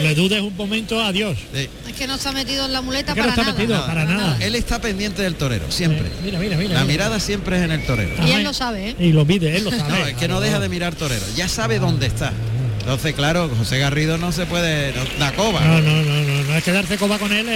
le dudes un momento, adiós. Sí. Es que no se ha metido en la muleta Es que no para está nada. metido para nada. Él está pendiente del torero, siempre. Mira. La mirada siempre es en el torero. Y él lo sabe, ¿eh? Y lo pide, él lo sabe. No, es que no deja de mirar torero, ya sabe dónde está. Entonces, claro, José Garrido no se puede, da coba. No es que darse coba con él.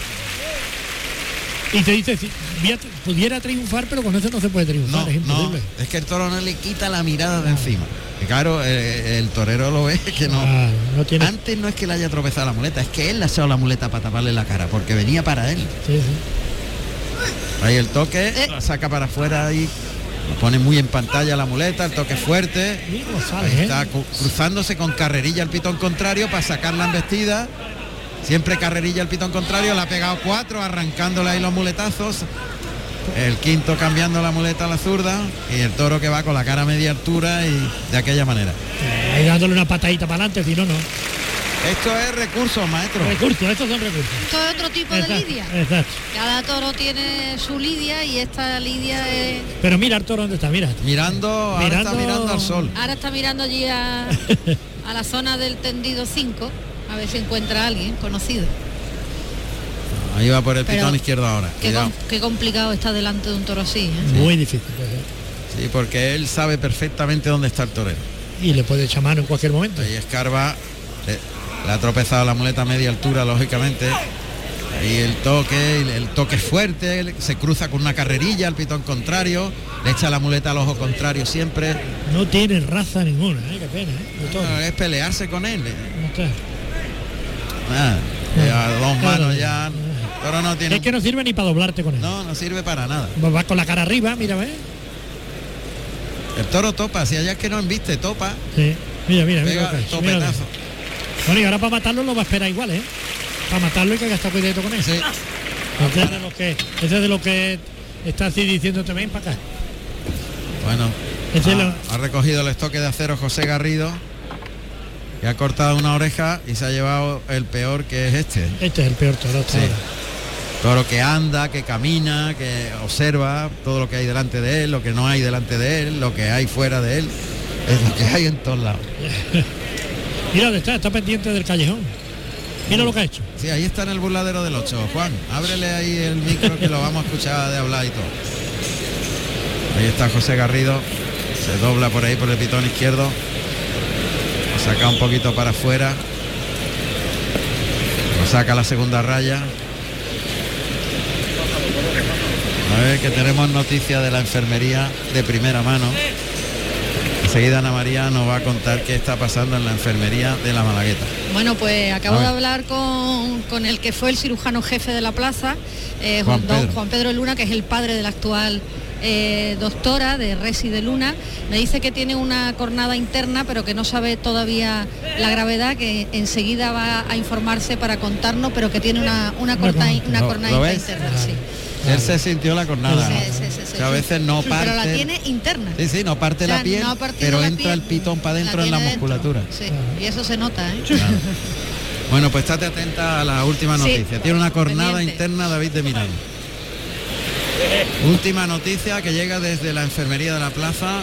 Y te dice, si pudiera triunfar, pero con eso no se puede triunfar, No, es imposible. no, es que el toro no le quita la mirada de encima. Y claro, el torero lo ve que no. No tiene... Antes no es que le haya tropezado la muleta, es que él le ha echado la muleta para taparle la cara, porque venía para él. Sí. Ahí el toque, la saca para afuera y lo pone muy en pantalla la muleta, el toque fuerte. Ahí está cruzándose con carrerilla el pitón contrario para sacar la embestida. Siempre carrerilla el pitón contrario, le ha pegado 4, arrancándole ahí los muletazos. El quinto cambiando la muleta a la zurda y el toro que va con la cara a media altura y de aquella manera. Ahí dándole una patadita para adelante, si no. Esto es recursos, maestro. Estos son recursos. Esto es otro tipo de lidia. Exacto. Cada toro tiene su lidia y esta lidia es... Pero mira el toro dónde está, mira. Ahora está mirando al sol. Ahora está mirando allí a la zona del tendido 5, a ver si encuentra a alguien conocido. Ahí va por el pitón izquierdo ahora. Qué complicado está delante de un toro así, ¿eh? Muy difícil. Sí, porque él sabe perfectamente dónde está el torero. Y le puede echar mano en cualquier momento. Ahí escarba, le ha tropezado la muleta a media altura, lógicamente. Y el toque fuerte, se cruza con una carrerilla al pitón contrario, le echa la muleta al ojo contrario siempre. No tiene raza ninguna, qué pena, No, es pelearse con él. No está. A dos manos ya. Pero no tiene. Es que no sirve ni para doblarte con él. No sirve para nada. Pues va con la cara arriba, mira, ¿ves? El toro topa, si allá es que no embiste, topa. Sí, mira. Pega topetazo. Bueno, y ahora para matarlo lo va a esperar igual, ¿eh? Para matarlo hay que gastar cuidado con él. Sí. Ese es de lo que está así diciéndote, ven para acá. Bueno, ha recogido el estoque de acero José Garrido, que ha cortado una oreja y se ha llevado el peor, que es este. Este es el peor toro. Sí. Toro que anda, que camina, que observa todo lo que hay delante de él, lo que no hay delante de él, lo que hay fuera de él, es lo que hay en todos lados. Mira dónde está pendiente del callejón. Mira lo que ha hecho. Sí, ahí está en el burladero del 8. Juan, ábrele ahí el micro que lo vamos a escuchar de hablar y todo. Ahí está José Garrido, se dobla por ahí por el pitón izquierdo, lo saca un poquito para afuera, lo saca a la segunda raya. A ver, que tenemos noticia de la enfermería de primera mano. Enseguida Ana María nos va a contar qué está pasando en la enfermería de la Malagueta. Bueno, pues acabo de hablar con el que fue el cirujano jefe de la plaza, Juan Pedro Luna, que es el padre de la actual doctora de Resi de Luna. Me dice que tiene una cornada interna, pero que no sabe todavía la gravedad, que enseguida va a informarse para contarnos, pero que tiene una cornada interna. Sí. Él se sintió la cornada. Sí. A veces no parte. Pero la tiene interna. Sí, no parte la piel, pero entra el pitón para adentro en la musculatura. Sí, y eso se nota, ¿eh? Claro. Bueno, pues estate atenta a la última noticia. Tiene una cornada interna David de Miranda. Última noticia que llega desde la enfermería de la plaza.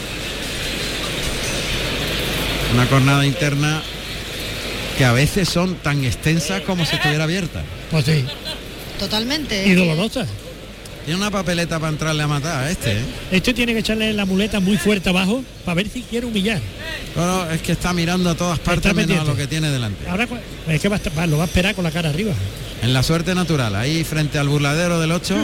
Una cornada interna que a veces son tan extensas como si estuviera abierta. Pues sí. Totalmente. Y dolorosa. Tiene una papeleta para entrarle a matar a este. Este tiene que echarle la muleta muy fuerte abajo para ver si quiere humillar. Pero es que está mirando a todas partes menos a lo que tiene delante. Ahora es que lo va a esperar con la cara arriba. En la suerte natural, ahí frente al burladero del 8.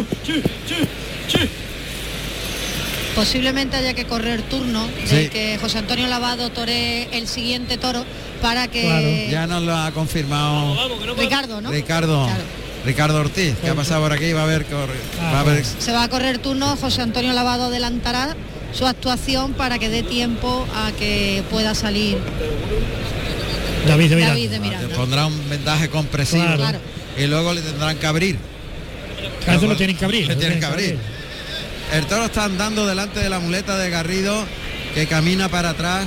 Posiblemente haya que correr turno de que José Antonio Lavado toree el siguiente toro para que... Claro. Ya nos lo ha confirmado Ricardo, ¿no? Ricardo Ortiz, que ha pasado por aquí, va a ver. Se va a correr turno, José Antonio Lavado adelantará su actuación para que dé tiempo a que pueda salir David de Miranda. Le pondrá un vendaje compresivo, claro. Y luego le tendrán que abrir. Eso lo tienen que abrir. El toro está andando delante de la muleta de Garrido, que camina para atrás.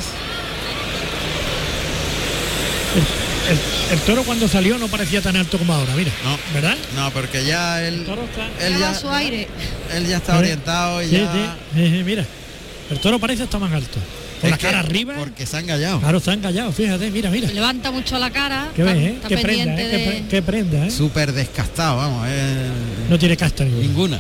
El toro cuando salió no parecía tan alto como ahora, mira. No, ¿verdad? No, porque ya él ya su aire. Él ya está orientado y ya. Sí, mira. El toro parece estar más alto. con la cara arriba. Porque se han engañado. Claro, se han engañado, fíjate, mira. Levanta mucho la cara. ¿Qué ves, está qué pendiente prenda, qué prenda, ¿eh? Súper descastado, vamos. No tiene casta ninguna.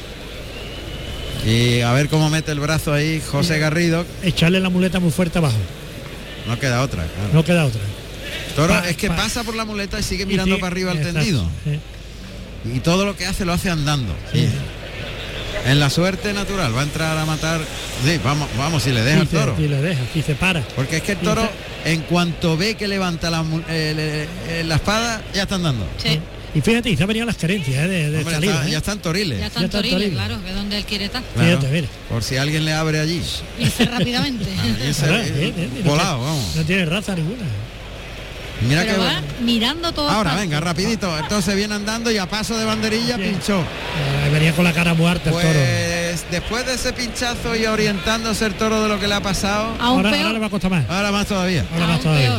Y a ver cómo mete el brazo ahí José Garrido. Echarle la muleta muy fuerte abajo. No queda otra, claro. No queda otra. Toro es que pasa por la muleta y sigue mirando para arriba al tendido. Sí. Y todo lo que hace lo hace andando. Sí. En la suerte natural va a entrar a matar. Sí, vamos, si le deja el toro. Si le deja, si se para. Porque es que el toro, en cuanto ve que levanta la espada, ya está andando. Sí. Y fíjate, y se han venido las carencias de Hombre, salida. Ya están Toriles. Ya están Toriles, claro, que es donde él quiere estar. Claro, fíjate, mira. por si alguien le abre allí. Irse rápidamente. Volado, vamos. No tiene raza ninguna. Mira pero que va mirando todo. ahora venga rapidito, entonces viene andando y a paso de banderilla pinchó. Venía con la cara muerta pues, el toro. Después de ese pinchazo y orientándose el toro de lo que le ha pasado, Ahora le va a costar más. Ahora más todavía. Ahora más todavía.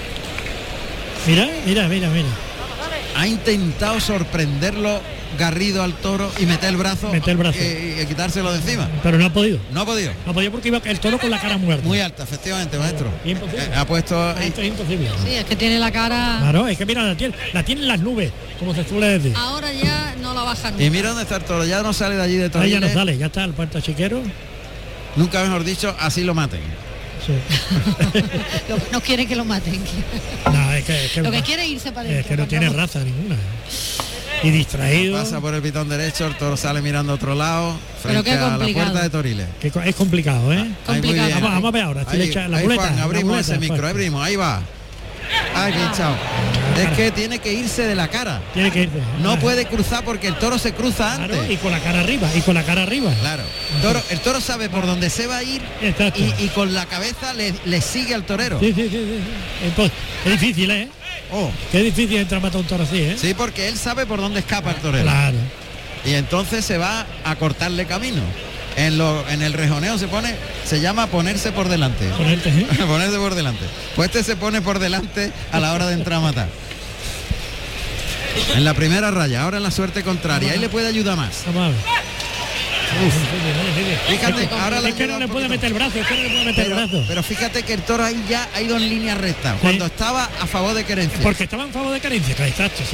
Mira. Ha intentado sorprenderlo Garrido al toro y meter el brazo y quitárselo de encima. Pero no ha podido. No ha podido porque iba el toro con la cara muerta. Muy alta, efectivamente, maestro. Imposible. Ha puesto. Esto es imposible. Sí, es que tiene la cara. Claro, es que mira, la tiene en las nubes, como se suele decir. Ahora ya no la baja nunca. Y mira dónde está el toro, ya no sale de allí de Toriles. Ahí ya no sale, ya está el puerto chiquero. Nunca mejor dicho, así lo maten. Sí. No quiere que lo maten. No, es que lo que quiere es irse para adentro. Es que no tiene raza ninguna. Y distraído. Pasa por el pitón derecho, el toro sale mirando a otro lado, frente a la puerta de Toriles. Es complicado, ¿eh? Complicado. Vamos a ver ahora. Si ahí, le echa la ahí, muleta. Juan, abrimos ese micro, Juan. abrimos, ahí va. Ay, qué chao. Es que tiene que irse de la cara. Tiene que irse. No puede cruzar porque el toro se cruza antes. Claro, y con la cara arriba. Claro. El toro sabe por dónde se va a ir y con la cabeza le sigue al torero. Sí. Entonces, es difícil, ¿eh? Qué difícil entrar a matar un toro así, ¿eh? Sí, porque él sabe por dónde escapa el torero. Claro. Y entonces se va a cortarle camino. En el rejoneo se llama ponerse por delante. Ponerse por delante. Pues este se pone por delante a la hora de entrar a matar. En la primera raya, ahora en la suerte contraria. Ahí le puede ayudar más. Vamos a ver. Fíjate, ahora es que no le puede meter el brazo, pero fíjate que el toro ahí ya ha ido en línea recta, cuando estaba a favor de Querencia. Porque estaba en favor de Querencia, exacto.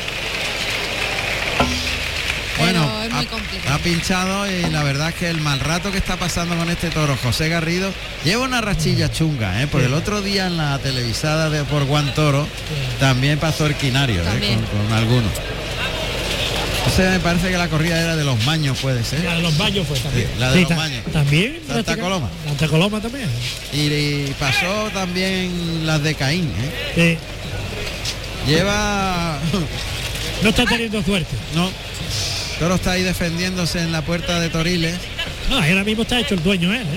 Bueno, ha pinchado y la verdad es que el mal rato que está pasando con este toro José Garrido lleva una rachilla chunga, porque el otro día en la televisada por Juan Toro también pasó el quinario con algunos. Entonces me parece que la corrida era de los Maños, puede ser. La de los Maños fue también. Sí, la de los Maños. También. Santa Coloma. Santa Coloma también. Y pasó también las de Caín. Sí. Lleva... No está teniendo suerte. No. Toro está ahí defendiéndose en la puerta de Toriles. No, ahora mismo está hecho el dueño él,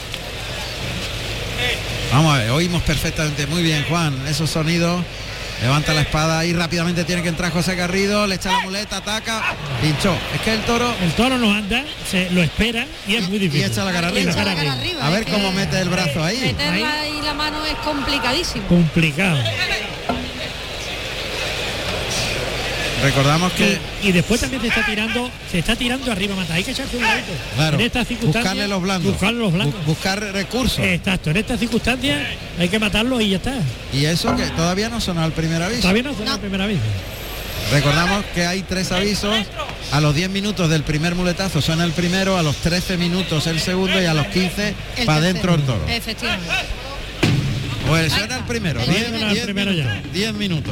Vamos a ver, oímos perfectamente. Muy bien, Juan, esos sonidos. Levanta la espada y rápidamente tiene que entrar José Garrido, le echa la muleta, ataca, pinchó. Es que el toro no anda, se lo espera y es muy difícil. Y echa la cara arriba. A ver cómo mete el brazo ahí. Meterla ahí la mano es complicadísimo. Complicado. Recordamos que... Y después también se está tirando arriba, mata. Hay que echarse un ladito. Claro, en estas circunstancias, buscarle los blandos. Buscar recursos. Exacto, en estas circunstancias hay que matarlo y ya está. Y eso que todavía no sonó el primer aviso. Todavía no sonó el primer aviso. Recordamos que hay 3 avisos. A los 10 minutos del primer muletazo suena el primero, a los 13 minutos el segundo y a los 15 para adentro el toro. Efectivamente. Pues suena el primero. 10 minutos.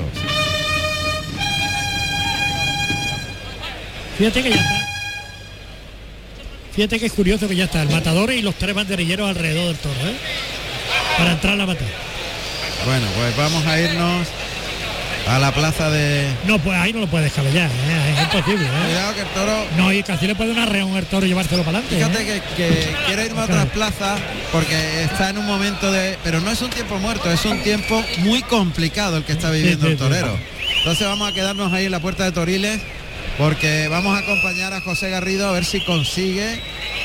Fíjate que ya está. Fíjate que es curioso que ya está el matador y los 3 banderilleros alrededor del toro, para entrar a la batalla. Bueno, pues vamos a irnos a la plaza de... No, pues ahí no lo puedes descabellar, es imposible. Cuidado que el toro... No, y casi le puede un arreón el toro y llevárselo para adelante. Fíjate que quiere irme a otras plazas porque está en un momento de... Pero no es un tiempo muerto, es un tiempo muy complicado el que está viviendo el torero. Entonces vamos a quedarnos ahí en la puerta de Toriles, porque vamos a acompañar a José Garrido a ver si consigue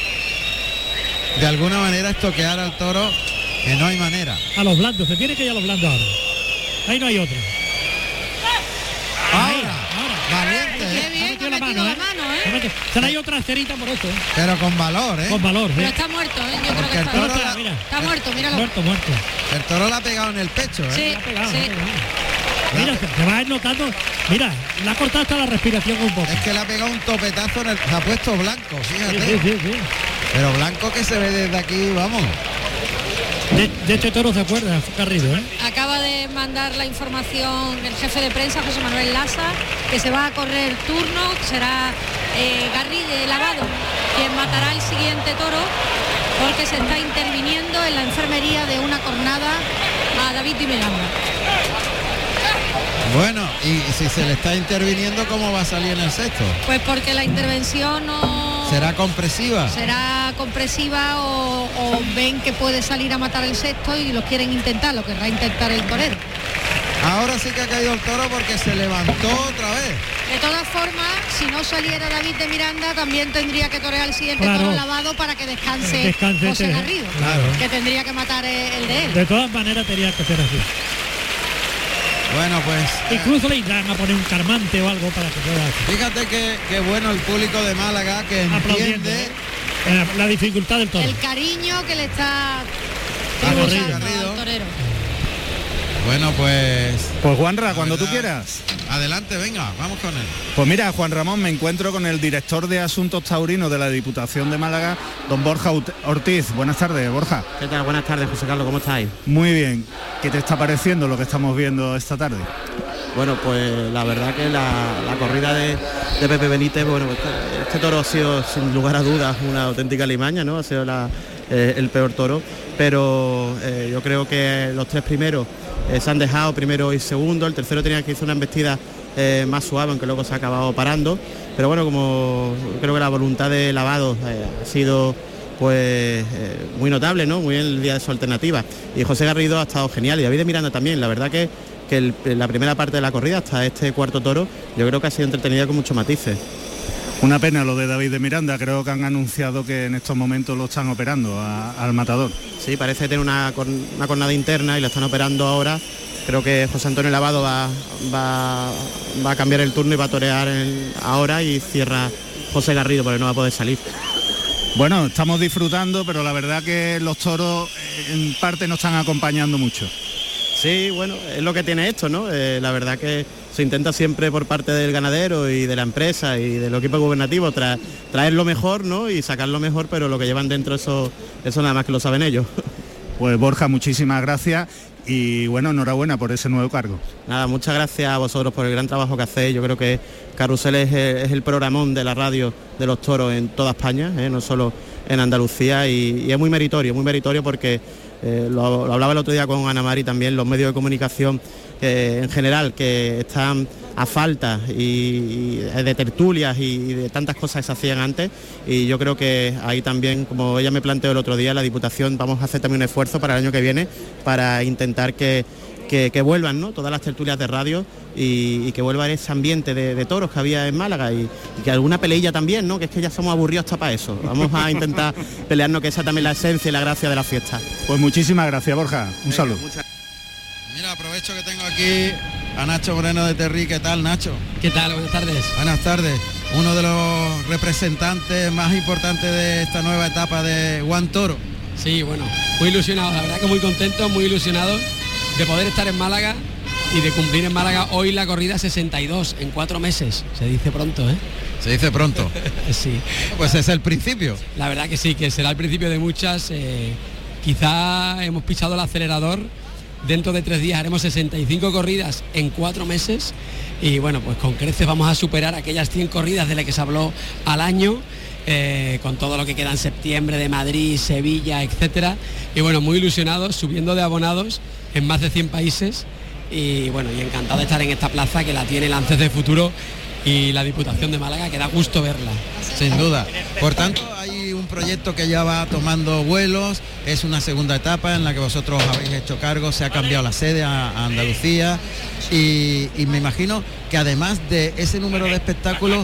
de alguna manera estoquear al toro, que no hay manera. A los blandos, se tiene que ir a los blandos ahora. Ahí no hay otro. Ahora. Valiente. Qué bien, ha metido la mano, seguramente se le ha ido traserita por eso. Pero con valor, Con valor, Pero está muerto, yo creo que está muerto, míralo. Muerto. El toro la ha pegado en el pecho, Sí, sí. Mira, se va a ir notando. Mira, le ha cortado hasta la respiración un poco. Es que le ha pegado un topetazo en el... Se ha puesto blanco, fíjate. Sí. Pero blanco que se ve desde aquí, vamos. De este toro se acuerda, Garrido, ¿eh? Acaba de mandar la información el jefe de prensa, José Manuel Lasa, que se va a correr turno, será Garrido Lavado quien matará el siguiente toro, porque se está interviniendo en la enfermería de una cornada a David de Miranda. Bueno, y si se le está interviniendo, ¿cómo va a salir en el sexto? Pues porque la intervención no... ¿Será compresiva? Será compresiva o ven que puede salir a matar el sexto y lo quieren intentar, lo querrá intentar el torero. Ahora sí que ha caído el toro porque se levantó otra vez. De todas formas, si no saliera David de Miranda, también tendría que torear el siguiente toro Lavado para que descanse José Garrido, que tendría que matar el de él. De todas maneras tenía que ser así. Bueno, pues... Incluso le irán a poner un carmante o algo para que pueda... Fíjate que bueno el público de Málaga que entiende la dificultad del toro. El cariño que le está Garrido al torero. Bueno, pues Juanra, cuando tú quieras. Adelante, venga, vamos con él. Pues mira, Juan Ramón, me encuentro con el director de Asuntos Taurinos de la Diputación de Málaga, don Borja Ortiz. Buenas tardes, Borja. ¿Qué tal? Buenas tardes, José Carlos, ¿cómo estáis? Muy bien. ¿Qué te está pareciendo lo que estamos viendo esta tarde? Bueno, pues la verdad que la corrida de Pepe Benítez, bueno, este toro ha sido sin lugar a dudas una auténtica limaña, ¿no? Ha sido el peor toro, pero yo creo que los tres primeros se han dejado, primero y segundo. El tercero tenía que hacer una embestida más suave, aunque luego se ha acabado parando, pero bueno, como creo que la voluntad de Lavado ha sido pues muy notable, ¿no? Muy bien el día de su alternativa, y José Garrido ha estado genial, y David de Miranda también. La verdad que la primera parte de la corrida hasta este cuarto toro yo creo que ha sido entretenida con muchos matices. Una pena lo de David de Miranda, creo que han anunciado que en estos momentos lo están operando al matador. Sí, parece tener una cornada interna y la están operando ahora. Creo que José Antonio Lavado va a cambiar el turno y va a torear ahora, y cierra José Garrido porque no va a poder salir. Bueno, estamos disfrutando, pero la verdad que los toros en parte nos están acompañando mucho. Sí, bueno, es lo que tiene esto, ¿no? La verdad que se intenta siempre por parte del ganadero y de la empresa y del equipo gubernativo traer lo mejor, ¿no? Y sacar lo mejor, pero lo que llevan dentro eso nada más que lo saben ellos. Pues Borja, muchísimas gracias y bueno, enhorabuena por ese nuevo cargo. Nada, muchas gracias a vosotros por el gran trabajo que hacéis. Yo creo que Carrusel es el programón de la radio de los toros en toda España, no solo en Andalucía, y es muy meritorio porque lo hablaba el otro día con Ana Mari también, los medios de comunicación en general que están a falta y de tertulias y de tantas cosas que se hacían antes, y yo creo que ahí también, como ella me planteó el otro día, la Diputación vamos a hacer también un esfuerzo para el año que viene para intentar que vuelvan, ¿no?, todas las tertulias de radio y que vuelva ese ambiente de toros que había en Málaga y que alguna peleilla también, ¿no?, que es que ya somos aburridos hasta para eso. Vamos a intentar pelearnos, que esa también la esencia y la gracia de la fiesta. Pues muchísimas gracias, Borja. Un saludo. Mira, aprovecho que tengo aquí a Nacho Moreno de Terrí. ¿Qué tal, Nacho? ¿Qué tal? Buenas tardes. Buenas tardes. Uno de los representantes más importantes de esta nueva etapa de Juan Toro. Sí, bueno, muy ilusionado, la verdad que muy contento, muy ilusionado de poder estar en Málaga y de cumplir en Málaga hoy la corrida 62 en 4 meses. Se dice pronto, ¿eh? Se dice pronto. Sí. Pues es el principio. La verdad que sí, que será el principio de muchas. Quizá hemos pisado el acelerador. Dentro de 3 días haremos 65 corridas en 4 meses y bueno, pues con creces vamos a superar aquellas 100 corridas de las que se habló al año, con todo lo que queda en septiembre de Madrid, Sevilla, etcétera. Y bueno, muy ilusionados, subiendo de abonados en más de 100 países y bueno, y encantado de estar en esta plaza que la tiene Lances de Futuro y la Diputación de Málaga, que da gusto verla. Sin duda. Por tanto, hay un proyecto que ya va tomando vuelos, es una segunda etapa en la que vosotros habéis hecho cargo, se ha cambiado la sede a Andalucía y me imagino que además de ese número de espectáculos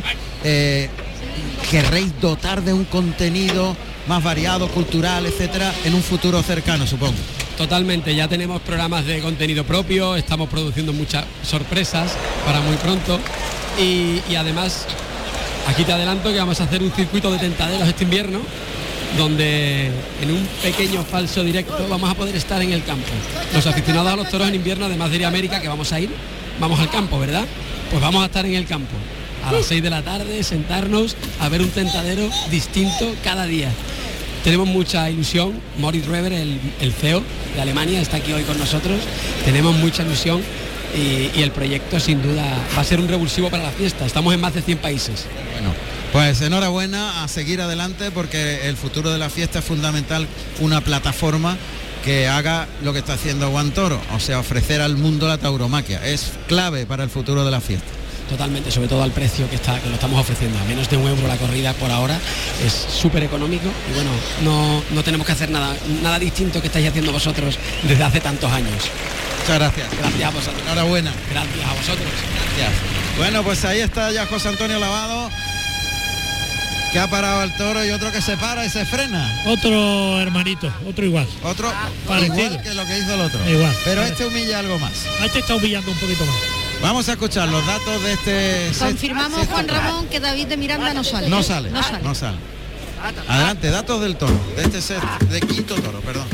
querréis dotar de un contenido más variado, cultural, etcétera, en un futuro cercano, supongo. Totalmente, ya tenemos programas de contenido propio, estamos produciendo muchas sorpresas para muy pronto y además Aquí te adelanto que vamos a hacer un circuito de tentaderos este invierno, donde en un pequeño falso directo vamos a poder estar en el campo. Los aficionados a los toros en invierno, además de ir a América, que vamos a ir, vamos al campo, ¿verdad? Pues vamos a estar en el campo a las 6 de la tarde, sentarnos a ver un tentadero distinto cada día. Tenemos mucha ilusión. Moritz Reber, el CEO de Alemania, está aquí hoy con nosotros. Tenemos mucha ilusión y el proyecto sin duda va a ser un revulsivo para la fiesta. Estamos en más de 100 países. Bueno, pues enhorabuena, a seguir adelante, porque el futuro de la fiesta es fundamental, una plataforma que haga lo que está haciendo Juan Toro, o sea, ofrecer al mundo la tauromaquia. Es clave para el futuro de la fiesta. Totalmente, sobre todo al precio que lo estamos ofreciendo, a menos de €1 la corrida por ahora, es súper económico y bueno, no tenemos que hacer nada distinto que estáis haciendo vosotros desde hace tantos años. Muchas gracias. Gracias a vosotros. Enhorabuena. Gracias a vosotros. Gracias. Bueno, pues ahí está ya José Antonio Lavado, que ha parado al toro, y otro que se para y se frena. Otro hermanito, otro igual. Otro parecido, igual que lo que hizo el otro. Igual. Pero este humilla algo más. A este está humillando un poquito más. Vamos a escuchar los datos de este... Confirmamos, Juan Ramón, que David de Miranda no sale. No sale. Adelante, datos del toro, de este set, de quinto toro, perdón.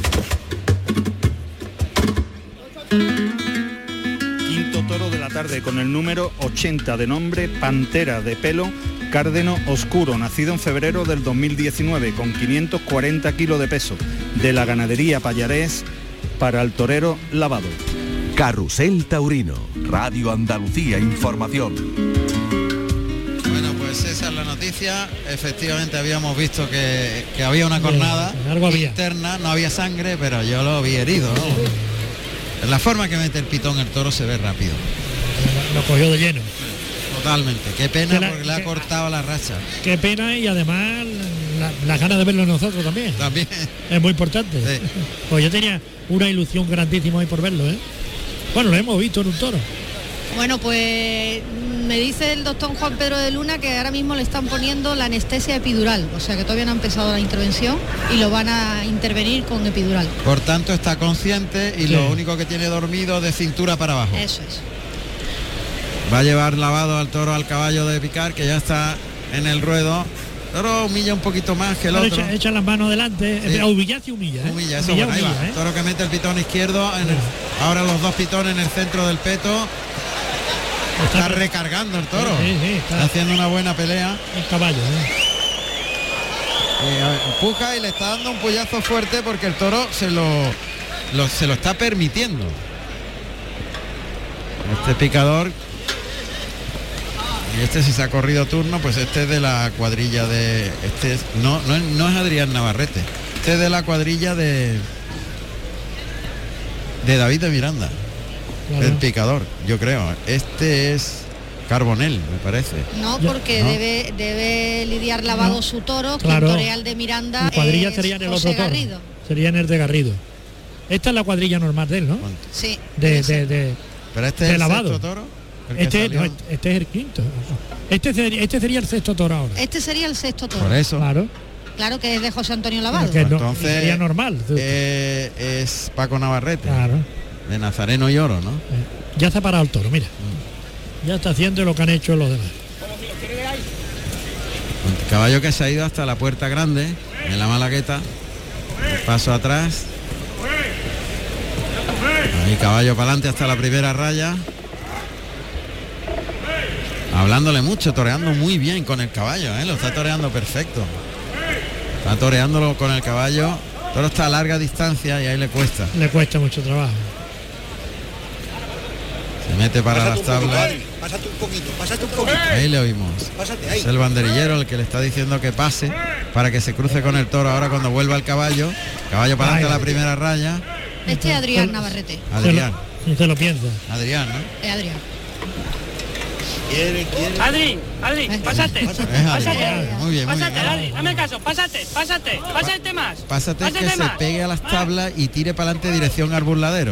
Quinto toro de la tarde con el número 80, de nombre Pantera, de pelo cárdeno oscuro, nacido en febrero del 2019, con 540 kilos de peso, de la ganadería Pallarés, para el torero Lavado. Carrusel Taurino, Radio Andalucía Información. Bueno, pues esa es la noticia. Efectivamente habíamos visto que había una cornada interna, no había sangre, pero yo lo vi herido, ¿no? La forma que mete el pitón el toro se ve rápido. Lo cogió de lleno. Totalmente. Qué pena, porque le ha cortado la racha. Qué pena, y además las ganas de verlo nosotros también. También. Es muy importante. Sí. Pues yo tenía una ilusión grandísima hoy por verlo, ¿eh? Bueno, lo hemos visto en un toro. Bueno, pues me dice el doctor Juan Pedro de Luna que ahora mismo le están poniendo la anestesia epidural, o sea que todavía no ha empezado la intervención y lo van a intervenir con epidural. Por tanto está consciente y sí, lo único que tiene dormido de cintura para abajo. Eso es. Va a llevar Lavado al toro al caballo de picar, que ya está en el ruedo. Toro humilla un poquito más que el otro. Echa las manos delante. Sí. Humilla sí humilla. Humilla, eso, bueno, ahí va. Toro que mete el pitón izquierdo. Ahora los dos pitones en el centro del peto. Está recargando el toro. Sí, está haciendo una buena pelea. El caballo. Empuja y le está dando un puyazo fuerte, porque el toro se lo está permitiendo. Este picador. Y este, si se ha corrido turno, pues este es de la cuadrilla de... No es Adrián Navarrete. Este es de la cuadrilla de David de Miranda. Claro. El picador, yo creo. Este es Carbonell, me parece. No, porque ¿no? Debe lidiar Lavado su toro, claro. Que el toreal de Miranda. La cuadrilla sería en el otro toro. Garrido. Sería en el de Garrido. Esta es la cuadrilla normal de él, ¿no? Sí. Pero este es el Lavado. Sexto toro. Este es el quinto. Este sería el sexto toro ahora. Este sería el sexto toro. Por eso. Claro, que es de José Antonio Lavado. Que entonces sería normal. Es Paco Navarrete. Claro. De Nazareno y Oro, ¿no? Ya se ha parado el toro, mira. Ya está haciendo lo que han hecho los demás. El caballo que se ha ido hasta la puerta grande, en la Malagueta. El paso atrás. Ahí caballo para adelante hasta la primera raya. Hablándole mucho, toreando muy bien con el caballo, lo está toreando perfecto. Está toreándolo con el caballo. Toro está a larga distancia y ahí le cuesta. Le cuesta mucho trabajo. Se mete para las tablas. Pásate un poquito. Ahí le oímos. Pásate ahí. Es el banderillero el que le está diciendo que pase para que se cruce con el toro. Ahora cuando vuelva el caballo para adelante a la primera raya. Este es Adrián Navarrete. Adrián. Se lo piensa. Adrián, ¿no? Es Adrián. Quiere. Adri, pásate. Muy bien, pásate, Adri, dame caso, pásate más. Pásate que se pegue a las tablas y tire para adelante dirección al burladero.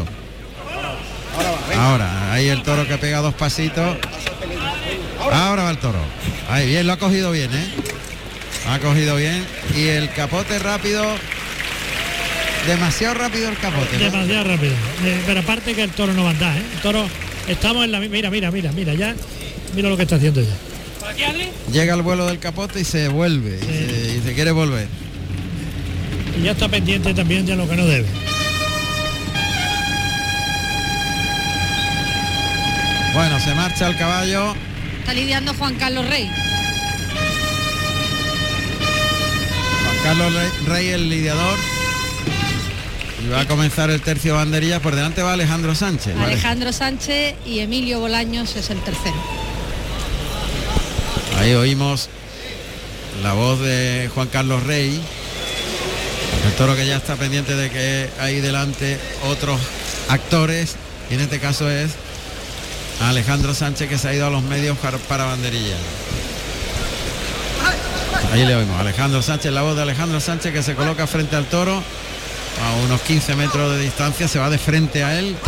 Ahora, ahí el toro que pega dos pasitos. Ahora va el toro. Ahí bien, lo ha cogido bien, Ha cogido bien. Y el capote rápido. Demasiado rápido el capote. Demasiado rápido. Pero aparte que el toro no va a andar, El toro, estamos en la... Mira, ya. Mira lo que está haciendo ya. llega al vuelo del capote y se vuelve, y se quiere volver. Y ya está pendiente también de lo que no debe. Bueno, se marcha el caballo. Está lidiando Juan Carlos Rey. Juan Carlos Rey, el lidiador. Y va a comenzar el tercio de banderillas. Por delante va Alejandro Sánchez. Alejandro Sánchez y Emilio Bolaños es el tercero. Ahí oímos la voz de Juan Carlos Rey. El toro que ya está pendiente de que hay delante otros actores. Y en este caso es Alejandro Sánchez, que se ha ido a los medios para banderillas. Ahí le oímos Alejandro Sánchez, la voz de Alejandro Sánchez, que se coloca frente al toro a unos 15 metros de distancia, se va de frente a él,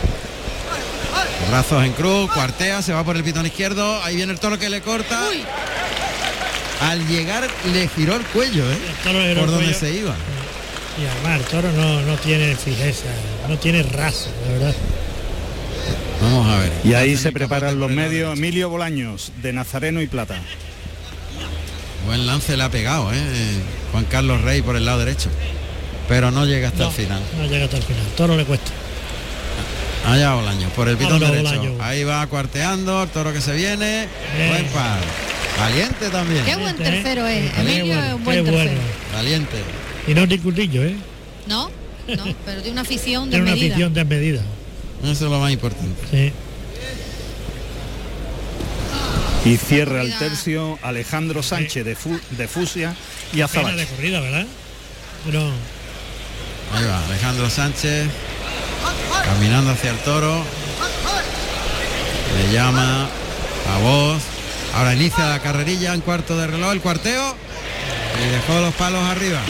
brazos en cruz, cuartea, se va por el pitón izquierdo, ahí viene el toro que le corta. Uy. Al llegar le giró el cuello, por donde se iba. Y además el toro no tiene fijeza, no tiene raza, de verdad. Vamos a ver. Y ahí se preparan los medios. Emilio Bolaños, de Nazareno y Plata. Buen lance le ha pegado, Juan Carlos Rey por el lado derecho. Pero no llega hasta el final. No llega hasta el final. Toro le cuesta. Allá Bolaños, por el pitón derecho. Bolaños. Ahí va cuarteando, el toro que se viene. Buen par. Valiente también. Qué buen tercero es. Valiente. Emilio es un buen tercero. Valiente. Y no es ni currillo, No, pero tiene una afición tiene una afición desmedida. Eso es lo más importante. Sí. Y cierra el tercio Alejandro Sánchez de Fusia y Azabache. De corrida, ¿verdad? Pero... Ahí va Alejandro Sánchez caminando hacia el toro. Le llama a voz. Ahora inicia la carrerilla en cuarto de reloj, el cuarteo. Y dejó los palos arriba.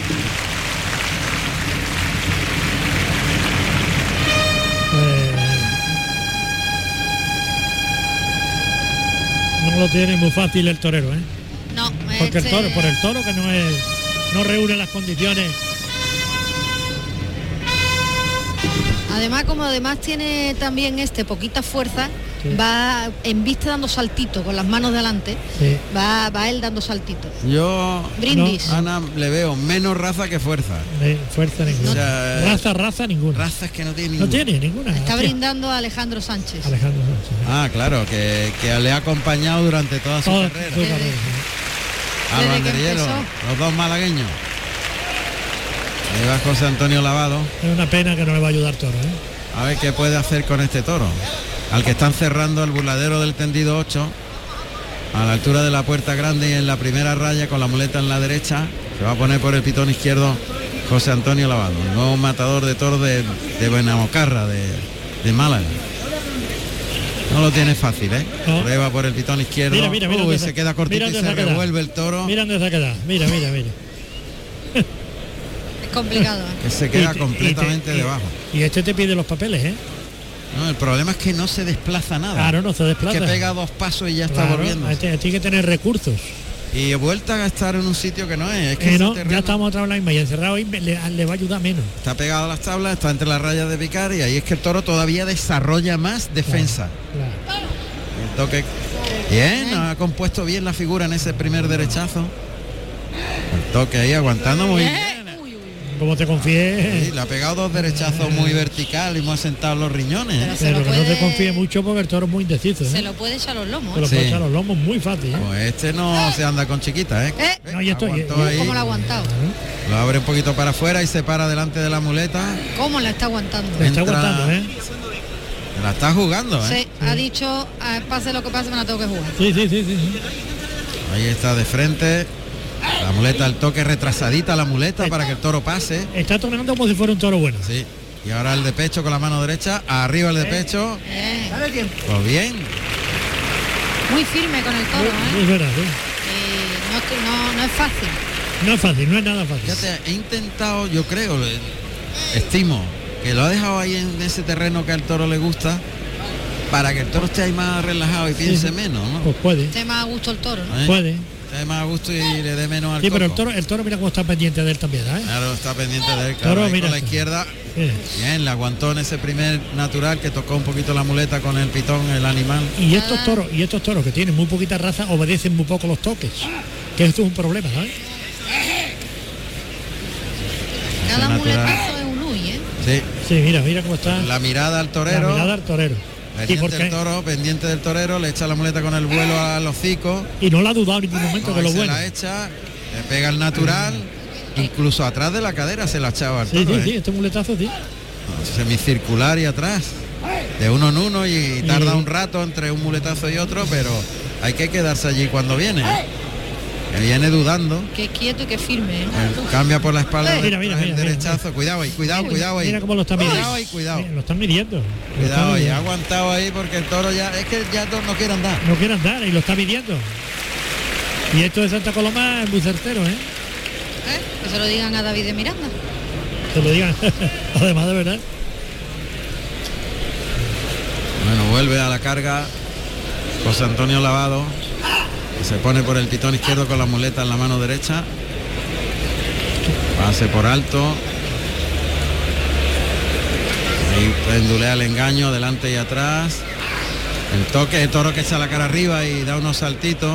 No lo tiene muy fácil el torero, No, porque el toro, por el toro que no reúne las condiciones. Además tiene también poquita fuerza, va en vista dando saltitos con las manos delante, va él dando saltitos. Yo Brindis. Ana le veo menos raza que fuerza. Fuerza ninguna. O sea, raza ninguna. Razas que no tiene ninguna. No tiene ninguna. Está brindando a Alejandro Sánchez. Claro, que le ha acompañado durante toda su carrera. Al banderillero, los dos malagueños. Ahí va José Antonio Lavado. Es una pena que no le va a ayudar toro, A ver qué puede hacer con este toro. Al que están cerrando el burladero del tendido 8, a la altura de la puerta grande y en la primera raya con la muleta en la derecha. Se va a poner por el pitón izquierdo José Antonio Lavado, el nuevo matador de toros de Benamocarra, de Málaga. No lo tiene fácil, No. Prueba por el pitón izquierdo. Mira, se queda cortito y se revuelve el toro. Mira dónde se ha quedado. Mira. Es complicado. Que se queda completamente debajo. Y este te pide los papeles, No, el problema es que no se desplaza nada. Claro, no se desplaza. Que pega dos pasos y ya está volviendo. Tiene que tener recursos. Y vuelta a estar en un sitio que no es. Que ya estamos otra vez en la misma y encerrado ahí le va a ayudar menos. Está pegado a las tablas, está entre las rayas de picar y ahí es que el toro todavía desarrolla más defensa. Claro. El toque. Bien, ha compuesto bien la figura en ese primer derechazo. El toque ahí aguantando muy bien. Como te confíe. Sí, le ha pegado dos derechazos muy vertical y muy asentado los riñones. Pero que no te confíe mucho porque el toro es muy indeciso. Se lo puede echar los lomos. Se lo puede echar los lomos muy fácil. Pues este no se anda con chiquita, No, y esto ¿Cómo lo ha aguantado? Lo abre un poquito para afuera y se para delante de la muleta. ¿Cómo la está aguantando? La está aguantando, La está jugando, Sí, ha dicho, pase lo que pase, me la tengo que jugar. Sí. Ahí está de frente. La muleta, el toque retrasadita la muleta para que el toro pase. Está toreando como si fuera un toro bueno. Sí. Y ahora el de pecho con la mano derecha, arriba el de pecho. Pues bien. Muy firme con el toro, Muy verdad, no es fácil. No es fácil, no es nada fácil. Fíjate, he intentado, yo creo, estimo, que lo ha dejado ahí en ese terreno que al toro le gusta, para que el toro esté ahí más relajado y piense menos, ¿no? Pues puede. Esté más a gusto el toro, ¿no? Puede. esté más a gusto y le dé menos al Sí, pero coco. el toro mira cómo está pendiente de él también, ¿eh? Claro, está pendiente de él, claro, Toro, ahí mira con la esto. izquierda. Sí. Bien, le aguantó en ese primer natural que tocó un poquito la muleta con el pitón, el animal. Y estos toros que tienen muy poquita raza obedecen muy poco los toques, que esto es un problema, ¿sabes? Cada Ese natural. muletazo es un uy, ¿eh? Sí, Sí, mira cómo está la mirada al torero. la mirada al torero. ¿Y por Pendiente qué? del toro, pendiente del torero, le echa la muleta con el vuelo al hocico. Y no la ha dudado en ningún momento No, de lo ahí se bueno. la echa, le pega el natural, incluso atrás de la cadera se la echaba al Sí, toro, sí, este muletazo, sí. semicircular y atrás, de uno en uno y tarda un rato entre un muletazo y otro, pero hay que quedarse allí cuando viene. Que viene dudando, Qué quieto y qué firme, ¿eh? cambia por la espalda, Mira, el mira, derechazo, cuidado ahí, cuidado ahí. Mira cómo lo está midiendo. Cuidado ahí, cuidado. Mira, lo están midiendo. Cuidado ahí, ha aguantado ahí porque el toro ya, es que ya no quiere andar. No quiere andar y lo está midiendo. Y esto de Santa Coloma es muy certero, ¿eh? Que se lo digan a David de Miranda. Que lo digan. Además de verdad. Bueno, vuelve a la carga José Antonio Lavado, que se pone por el pitón izquierdo con la muleta en la mano derecha. Pase por alto. Ahí pendulea el engaño delante y atrás. El toque, el toro que echa la cara arriba y da unos saltitos.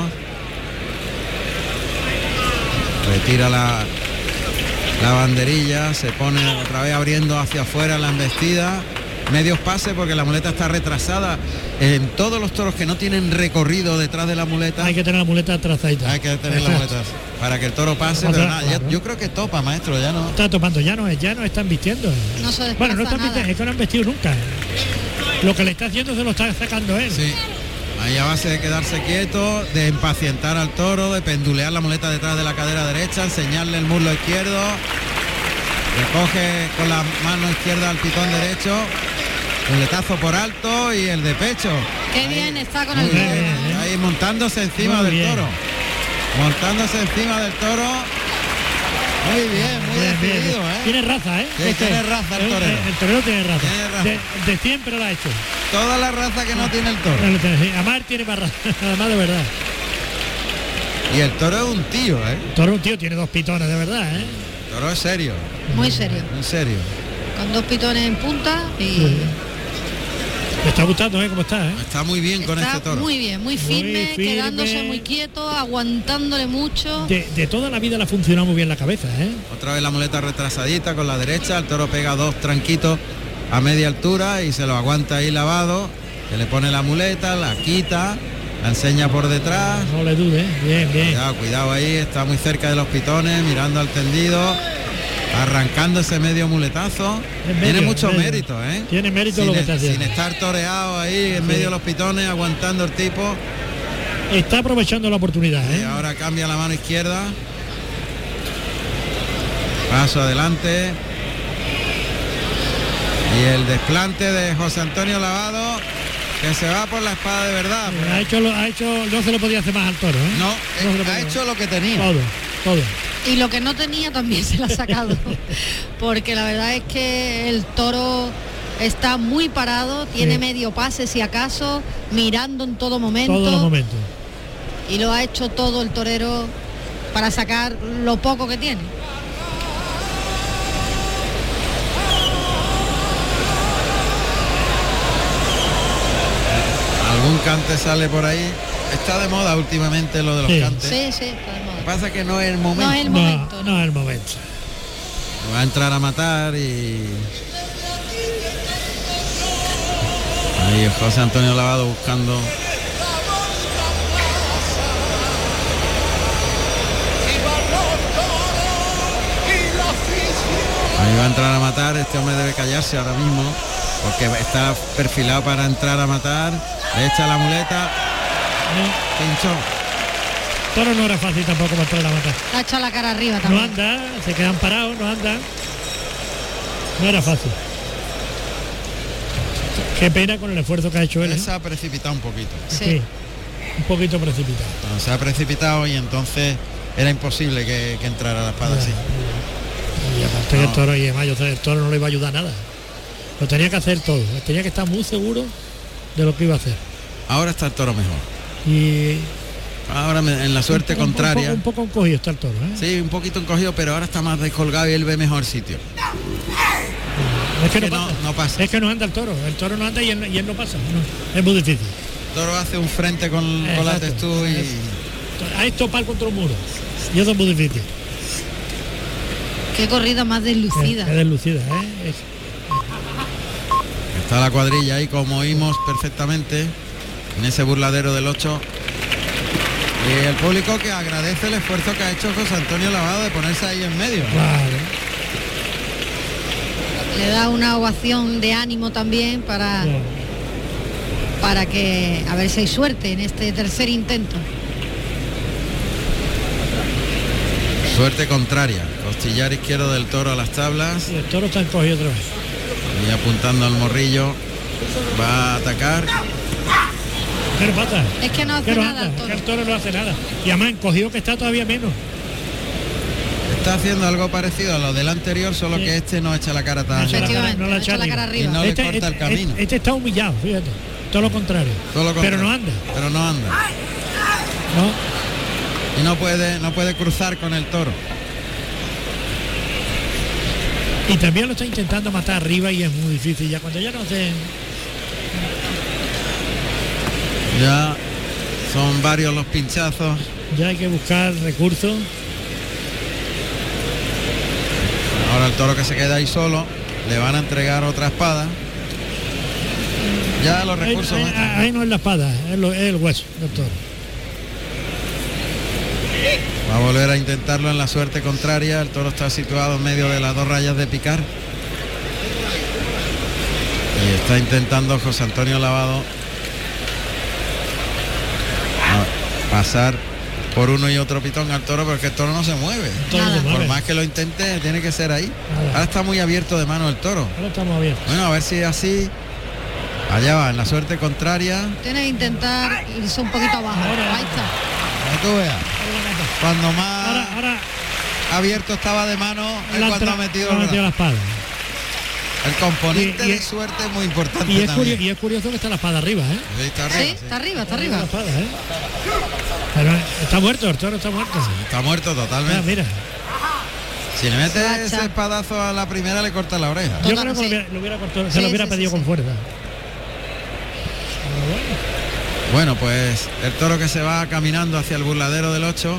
Retira la banderilla, se pone otra vez abriendo hacia afuera la embestida. Medios pases porque la muleta está retrasada. En todos los toros que no tienen recorrido detrás de la muleta, Hay que tener la muleta atrasadita. hay que tener la muleta para que el toro pase. Otra, Pero nada, claro. yo creo que topa, maestro, ya no. Está topando, ya no están vistiendo. No se desplaza Bueno, no están nada. vistiendo, es que no han vestido nunca. Lo que le está haciendo se lo está sacando él. Sí. Ahí a base de quedarse quieto, de impacientar al toro, de pendulear la muleta detrás de la cadera derecha, enseñarle el muslo izquierdo, recoge con la mano izquierda al pitón derecho, muletazo por alto y el de pecho. Qué bien está con Muy el bien, toro. ahí montándose encima Muy del bien. toro. Montándose encima del toro. Muy bien, muy Bien, bien, decidido, bien. ¿eh? Tiene raza, ¿eh? Sí, tiene raza el torero. El torero tiene raza. Tiene raza. De siempre lo ha hecho. Toda la raza que no tiene el toro. Además tiene más raza. Además de verdad. Y el toro es un tío, ¿eh? El toro es un tío, tiene dos pitones de verdad, ¿eh? El toro es serio, Muy serio. en serio. Con dos pitones en punta y Sí. Me está gustando, ¿eh? ¿Cómo está, eh? Está muy bien con está este toro. muy bien, muy firme, firme. quedándose muy quieto, aguantándole mucho. De toda la vida le ha funcionado muy bien la cabeza, ¿eh? Otra vez la muleta retrasadita con la derecha, el toro pega dos tranquitos a media altura y se lo aguanta ahí Lavado, que le pone la muleta, la quita, la enseña por detrás. No le dude, bien, bien. Cuidado, cuidado ahí, está muy cerca de los pitones, mirando al tendido, arrancando ese medio muletazo. En Tiene medio, mucho en medio. mérito, ¿eh? Tiene mérito lo que está haciendo. Sin estar toreado ahí en medio de los pitones, aguantando el tipo. Está aprovechando la oportunidad, Y ¿eh? ahora cambia la mano izquierda. Paso adelante. Y el desplante de José Antonio Lavado, que se va por la espada de verdad. Ha hecho, no se le podía hacer más al toro, ¿eh? No, se le ha podía. hecho lo que tenía. Todo. Y lo que no tenía también se lo ha sacado. Porque la verdad es que el toro está muy parado, tiene Sí. medio pase si acaso, mirando en todo momento. Todos los momentos. Y lo ha hecho todo el torero para sacar lo poco que tiene. Algún cante sale por ahí. Está de moda últimamente lo de los Sí. cantes. Sí, sí, está de Lo que moda. pasa es que no es el momento. No es el momento. No es el momento. Va a entrar a matar y... Ahí José Antonio Lavado buscando... Ahí va a entrar a matar, este hombre debe callarse ahora mismo, porque está perfilado para entrar a matar, le echa la muleta, pinchó. Toro no era fácil tampoco para entrar a matar. Ha echado la cara arriba No también. anda, se quedan parados, no andan. No era fácil. Qué pena con el esfuerzo que ha hecho él, ¿eh? Se ha precipitado un poquito. Sí. Un poquito precipitado. No, se ha precipitado y entonces era imposible que entrara la espada así. Y aparte que el No. toro, y además el toro no le iba a ayudar nada. Lo tenía que hacer todo. Tenía que estar muy seguro de lo que iba a hacer. Ahora está el toro mejor. Y Ahora en la suerte contraria. Un poco encogido está el toro, ¿eh? Sí, un poquito encogido, pero ahora está más descolgado y él ve mejor sitio. Es que no pasa. Es que no anda el toro no anda y él no pasa. No, es muy difícil. El toro hace un frente con la textura y... A esto par contra un muro. Y eso es muy difícil. Qué corrida más deslucida. Es deslucida, ¿eh? Está la cuadrilla ahí, como oímos perfectamente, en ese burladero del 8. Y el público que agradece el esfuerzo que ha hecho José Antonio Lavado de ponerse ahí en medio. Claro. Le da una ovación de ánimo también para que a ver si hay suerte en este tercer intento. Suerte contraria, costillar izquierdo del toro a las tablas. Y el toro está encogido otra vez. Y apuntando al morrillo, va a atacar. Pero pata. Es que no hace nada el toro. Es que el toro no hace nada. Y además encogido que está todavía menos. Está haciendo algo parecido a lo del anterior, solo que este no echa la cara tan... Efectivamente, no la echa la cara arriba. Y no le corta el camino. Este está humillado, fíjate. Todo lo contrario. Pero no anda. Pero no anda. No. Y no puede cruzar con el toro. Y también lo está intentando matar arriba y es muy difícil. Ya cuando ya no se... Ya son varios los pinchazos. Ya hay que buscar recursos. Ahora el toro que se queda ahí solo, le van a entregar otra espada. Ya los recursos... Ahí no es la espada, es el hueso del toro. Va a volver a intentarlo en la suerte contraria. El toro está situado en medio de las dos rayas de picar. Y está intentando José Antonio Lavado pasar por uno y otro pitón al toro, porque el toro no se mueve. Por más que lo intente, tiene que ser ahí. Ahora está muy abierto de mano el toro. Ahora estamos abiertos. Bueno, a ver si así. Allá va, en la suerte contraria. Tiene que intentar irse un poquito abajo. Ahí está. Que tú veas. Cuando más abierto estaba de mano es cuando ha metido la espada. El componente de suerte es muy importante. Y es curioso que está la espada arriba, ¿eh? Sí, está arriba. Sí, está arriba. La espada, ¿eh? Pero está muerto, el toro está muerto. Sí, está muerto totalmente. Mira. Si le mete ese espadazo a la primera, le corta la oreja. Yo creo que lo hubiera cortado, se lo hubiera pedido con fuerza. Bueno, pues el toro que se va caminando hacia el burladero del 8.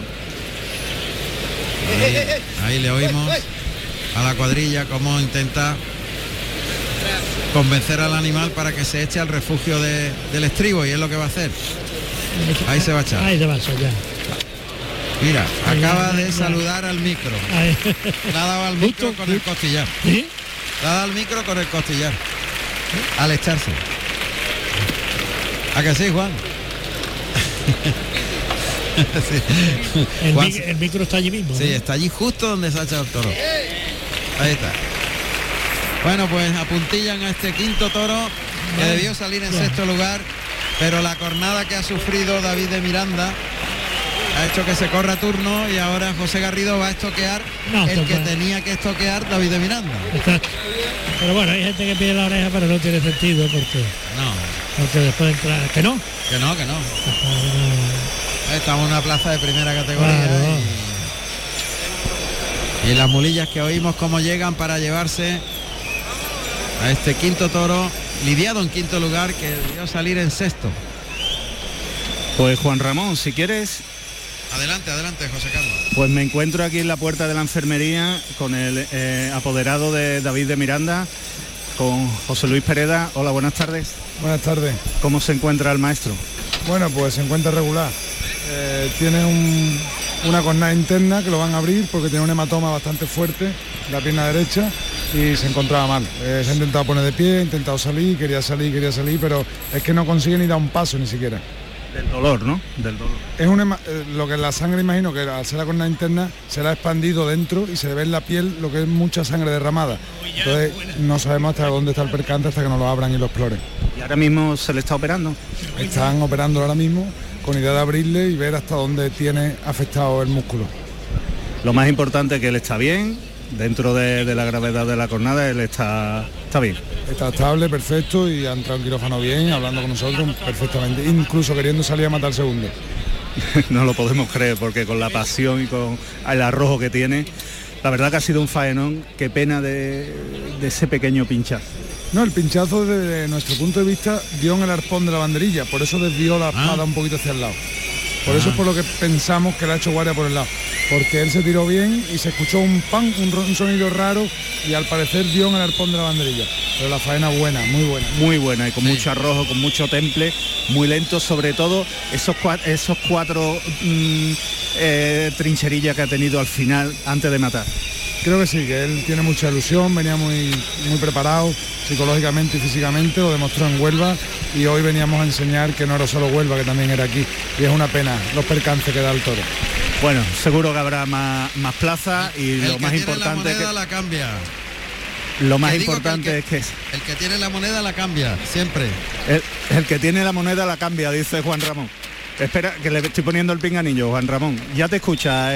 Ahí le oímos a la cuadrilla cómo intenta convencer al animal para que se eche al refugio del estribo, y es lo que va a hacer. Ahí se va a echar. Ahí se va a echar ya. Mira, acaba de saludar al micro. Le ha dado al micro con el costillar. ¿Sí? Le ha dado al micro con el costillar. Al echarse. ¿A que sí, Juan? Sí. El micro está allí mismo. Sí, está allí justo donde se ha echado el toro. Ahí está. Bueno, pues apuntillan a este quinto toro que debió salir en sexto lugar, pero la cornada que ha sufrido David de Miranda ha hecho que se corra turno, y ahora José Garrido va a estoquear el que tenía que estoquear David de Miranda. Exacto. Pero bueno, hay gente que pide la oreja, pero no tiene sentido porque después de entrar... Que no. Estamos en una plaza de primera categoría. Claro. Y las mulillas que oímos cómo llegan para llevarse a este quinto toro, lidiado en quinto lugar, que debió salir en sexto. Pues Juan Ramón, si quieres... Adelante, José Carlos. Pues me encuentro aquí en la puerta de la enfermería con el apoderado de David de Miranda, con José Luis Pereda. Hola, buenas tardes. Buenas tardes. ¿Cómo se encuentra el maestro? Bueno, pues se encuentra regular. Tiene una cornada interna que lo van a abrir porque tiene un hematoma bastante fuerte, la pierna derecha, y se encontraba mal. Se ha intentado poner de pie, ha intentado salir, quería salir, pero es que no consigue ni dar un paso ni siquiera. Del dolor, ¿no? Del dolor. Es lo que la sangre, imagino que al ser la cornada interna se la ha expandido dentro y se le ve en la piel lo que es mucha sangre derramada. Entonces no sabemos hasta dónde está el percance hasta que nos lo abran y lo exploren. ¿Y ahora mismo se le está operando? Están operando ahora mismo con idea de abrirle y ver hasta dónde tiene afectado el músculo. Lo más importante es que él está bien, dentro de la gravedad de la cornada, él está bien. Está estable, perfecto, y ha entrado en quirófano bien, hablando con nosotros perfectamente, incluso queriendo salir a matar el segundo. No lo podemos creer, porque con la pasión y con el arrojo que tiene, la verdad que ha sido un faenón. Qué pena de ese pequeño pinchazo. No, el pinchazo desde nuestro punto de vista dio en el arpón de la banderilla, por eso desvió la espada un poquito hacia el lado. Por eso es por lo que pensamos que le ha hecho guardia por el lado, porque él se tiró bien y se escuchó un sonido raro y al parecer dio en el arpón de la banderilla. Pero la faena buena, muy buena. Muy buena y con mucho arrojo, con mucho temple, muy lento, sobre todo esos cuatro trincherillas que ha tenido al final antes de matar. Creo que sí, que él tiene mucha ilusión, venía muy preparado psicológicamente y físicamente, lo demostró en Huelva y hoy veníamos a enseñar que no era solo Huelva, que también era aquí, y es una pena los percances que da el toro. Bueno, seguro que habrá más plazas y lo más importante es que la cambia. Lo más importante es que el que tiene la moneda la cambia, siempre. El que tiene la moneda la cambia, dice Juan Ramón. Espera, que le estoy poniendo el pinganillo, Juan Ramón. Ya te escucha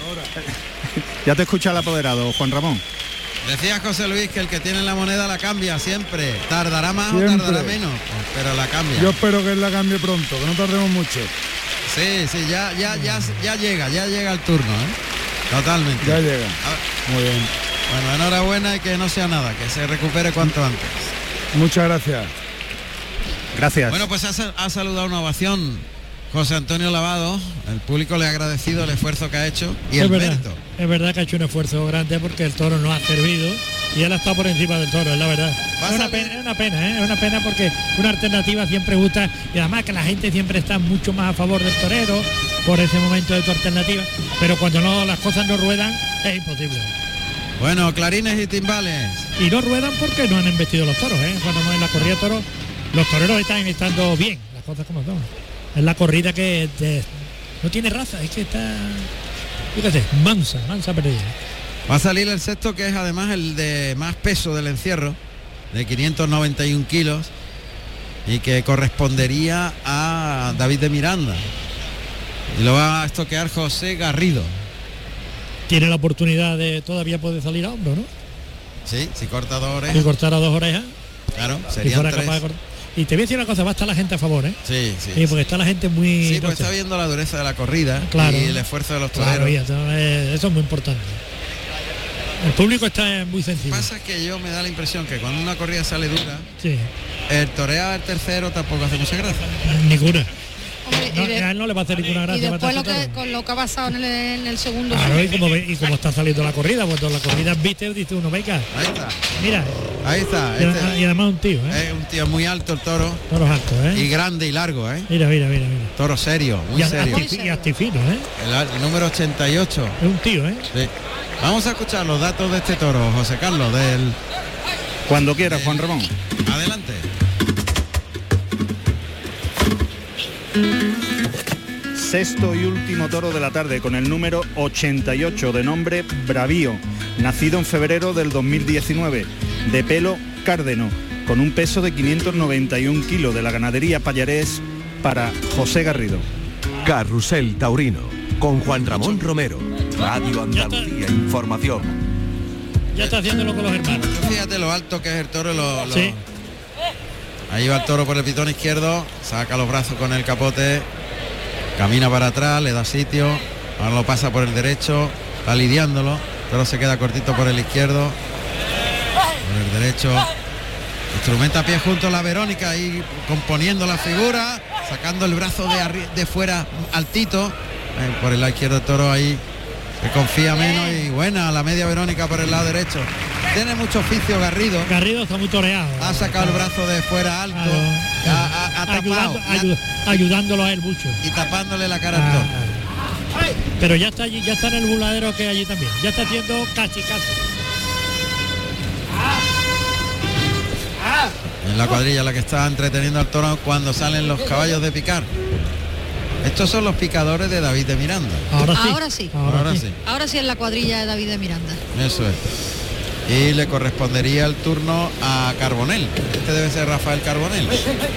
ya te escucha el apoderado, Juan Ramón. Decía José Luis que el que tiene la moneda la cambia siempre. Tardará más siempre. O tardará menos, pero la cambia. Yo espero que él la cambie pronto, que no tardemos mucho. Sí, ya llega el turno, Totalmente. Ya llega. Muy bien. Bueno, enhorabuena y que no sea nada, que se recupere cuanto antes. Muchas gracias. Gracias. Bueno, pues ha saludado una ovación José Antonio Lavado. El público le ha agradecido el esfuerzo que ha hecho y el mérito. Es verdad que ha hecho un esfuerzo grande porque el toro no ha servido y él ha estado por encima del toro, es la verdad. Es una pena porque una alternativa siempre gusta y además que la gente siempre está mucho más a favor del torero por ese momento de tu alternativa, pero cuando las cosas no ruedan es imposible. Bueno, clarines y timbales. Y no ruedan porque no han embestido los toros, Cuando en la corrida de toros, los toreros están estando bien, las cosas como son. Es la corrida que no tiene raza, es que está, fíjate, mansa perdida. Va a salir el sexto, que es además el de más peso del encierro, de 591 kilos, y que correspondería a David de Miranda. Y lo va a estoquear José Garrido. Tiene la oportunidad de todavía poder salir a hombro, ¿no? Sí, si corta 2 orejas. Si cortara 2 orejas. Claro, serían 3. Y te voy a decir una cosa, va a estar la gente a favor, Sí. Porque está la gente muy... Sí, porque está viendo la dureza de la corrida, claro, y el esfuerzo de los toreros. Claro, eso es muy importante. El público está muy sensible. Pasa que yo me da la impresión que cuando una corrida sale dura, el torear al tercero tampoco hace mucha gracia. Ninguna. A él no le va a hacer ninguna gracia. Y después con lo que ha pasado en el segundo. Claro, y como está saliendo la corrida, cuando la corrida viste, dice uno, venga. Ahí está. Mira. Ahí está. Y además un tío, Es un tío muy alto el toro. Toros altos, Y grande y largo, Mira. Toro serio, muy serio. Y actifino, El número 88. Es un tío, Sí. Vamos a escuchar los datos de este toro, José Carlos, Cuando quiera, Juan Ramón. Adelante. Sexto y último toro de la tarde, con el número 88, de nombre Bravío, nacido en febrero del 2019, de pelo cárdeno, con un peso de 591 kilos, de la ganadería Pallarés, para José Garrido. Carrusel Taurino, con Juan Ramón Romero, Radio Andalucía Información. Ya está haciéndolo con los hermanos. Fíjate lo alto que es el toro. Sí. Ahí va el toro por el pitón izquierdo, saca los brazos con el capote, camina para atrás, le da sitio, ahora lo pasa por el derecho, va lidiándolo, el toro se queda cortito por el izquierdo, por el derecho, instrumenta a pie junto a la Verónica, ahí componiendo la figura, sacando el brazo de fuera altito, por el lado izquierdo el toro ahí se confía menos y buena la media Verónica por el lado derecho. Tiene mucho oficio Garrido. Garrido está muy toreado. Ha sacado el brazo de fuera alto, ha tapado, ayudándolo a él mucho. Y tapándole la cara al toro. Pero ya está allí, ya está en el buladero que hay allí también. Ya está haciendo casi. En la cuadrilla la que está entreteniendo al toro cuando salen los caballos de picar. Estos son los picadores de David de Miranda. Ahora sí. Ahora sí es la cuadrilla de David de Miranda. Eso es. Y le correspondería el turno a Carbonell. Este debe ser Rafael Carbonell.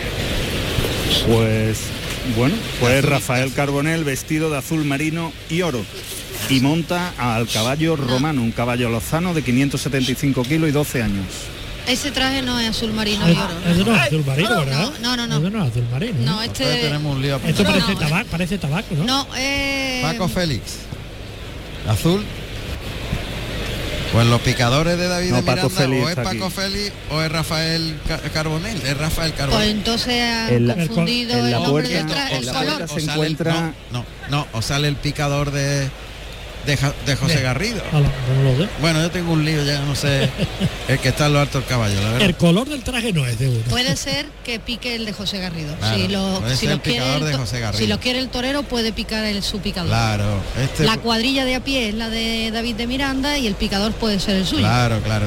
Pues bueno, pues Rafael Carbonell, vestido de azul marino y oro, y monta al caballo romano, un caballo lozano de 575 kilos y 12 años. Ese traje no es azul marino y oro. Eso no es azul marino, ¿verdad? No. Eso no es azul marino. No, este... tenemos un lío. Esto parece tabaco, ¿no? No, Paco Félix. Azul. Pues los picadores de David de Miranda, o es Paco Félix o es Rafael Carbonell. Es Rafael Carbonell. Pues entonces han confundido el nombre del color. Se encuentra... No, o sale el picador de José Garrido. Bueno, yo tengo un lío, ya no sé el que está en lo alto del caballo, la verdad. El color del traje no es de uno. Puede ser que pique el de José Garrido. Claro, si lo quiere el torero, puede picar su picador. Claro. La cuadrilla de a pie es la de David de Miranda y el picador puede ser el suyo. Claro, ya.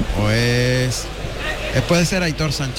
Puede ser Aitor Sánchez.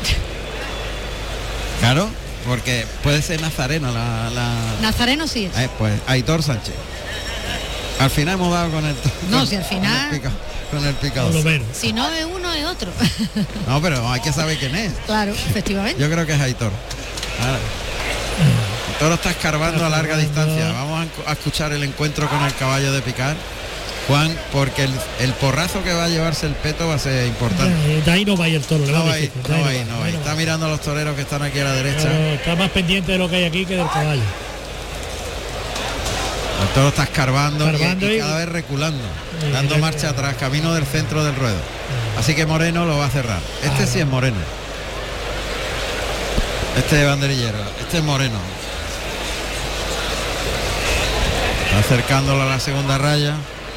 Claro, porque puede ser Nazareno Nazareno sí es. Pues Aitor Sánchez. Al final hemos dado con el... Si al final... Con el picador. Si no es uno, es otro. No, pero hay que saber quién es. Claro, efectivamente. Yo creo que es Aitor. Ahora, el toro está escarbando a larga distancia. Vamos a escuchar el encuentro con el caballo de picar, Juan, porque el porrazo que va a llevarse el peto va a ser importante. De ahí no va a ir el toro. No va. Está mirando a los toreros que están aquí a la derecha. Está más pendiente de lo que hay aquí que del caballo. El toro está escarbando y cada vez reculando, dando marcha atrás, camino del centro del ruedo. Así que Moreno lo va a cerrar. Sí es Moreno. Este es banderillero, este es Moreno. Está acercándolo a la segunda raya.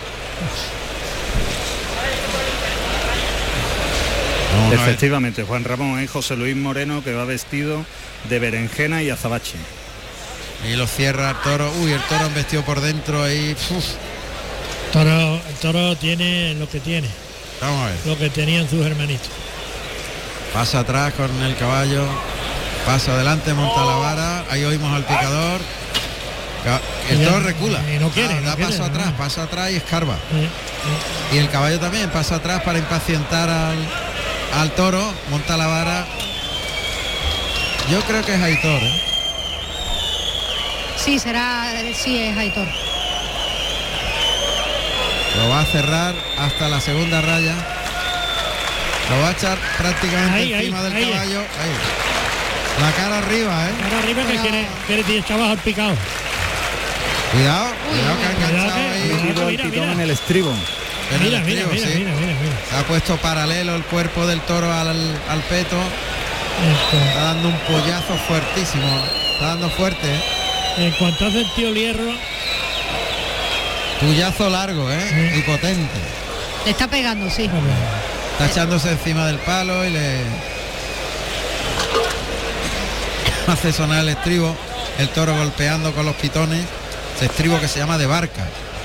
Efectivamente, Juan Ramón, es José Luis Moreno, que va vestido de berenjena y azabache. Y lo cierra el toro. El toro embestió por dentro ahí. El toro tiene lo que tiene. Vamos a ver. Lo que tenían sus hermanitos. Pasa atrás con el caballo. Pasa adelante, monta la vara. Ahí oímos al picador. El toro recula. Da paso atrás y escarba. Y el caballo también pasa atrás para impacientar al toro. Monta la vara. Yo creo que es Aitor, Sí, es Aitor. Lo va a cerrar hasta la segunda raya. Lo va a echar prácticamente encima del caballo. Ahí. La cara arriba, Cara arriba que quiere echar abajo el picado. Cuidado que ha enganchado ahí. El pitón en el estribo. Mira. Se ha puesto paralelo el cuerpo del toro al peto. Está dando un pollazo fuertísimo. Está dando fuerte. En cuanto hace el tío Hierro, puyazo largo, y potente. Le está pegando, sí. Está echándose encima del palo y le hace sonar el estribo. El toro golpeando con los pitones. Ese estribo que se llama de barca.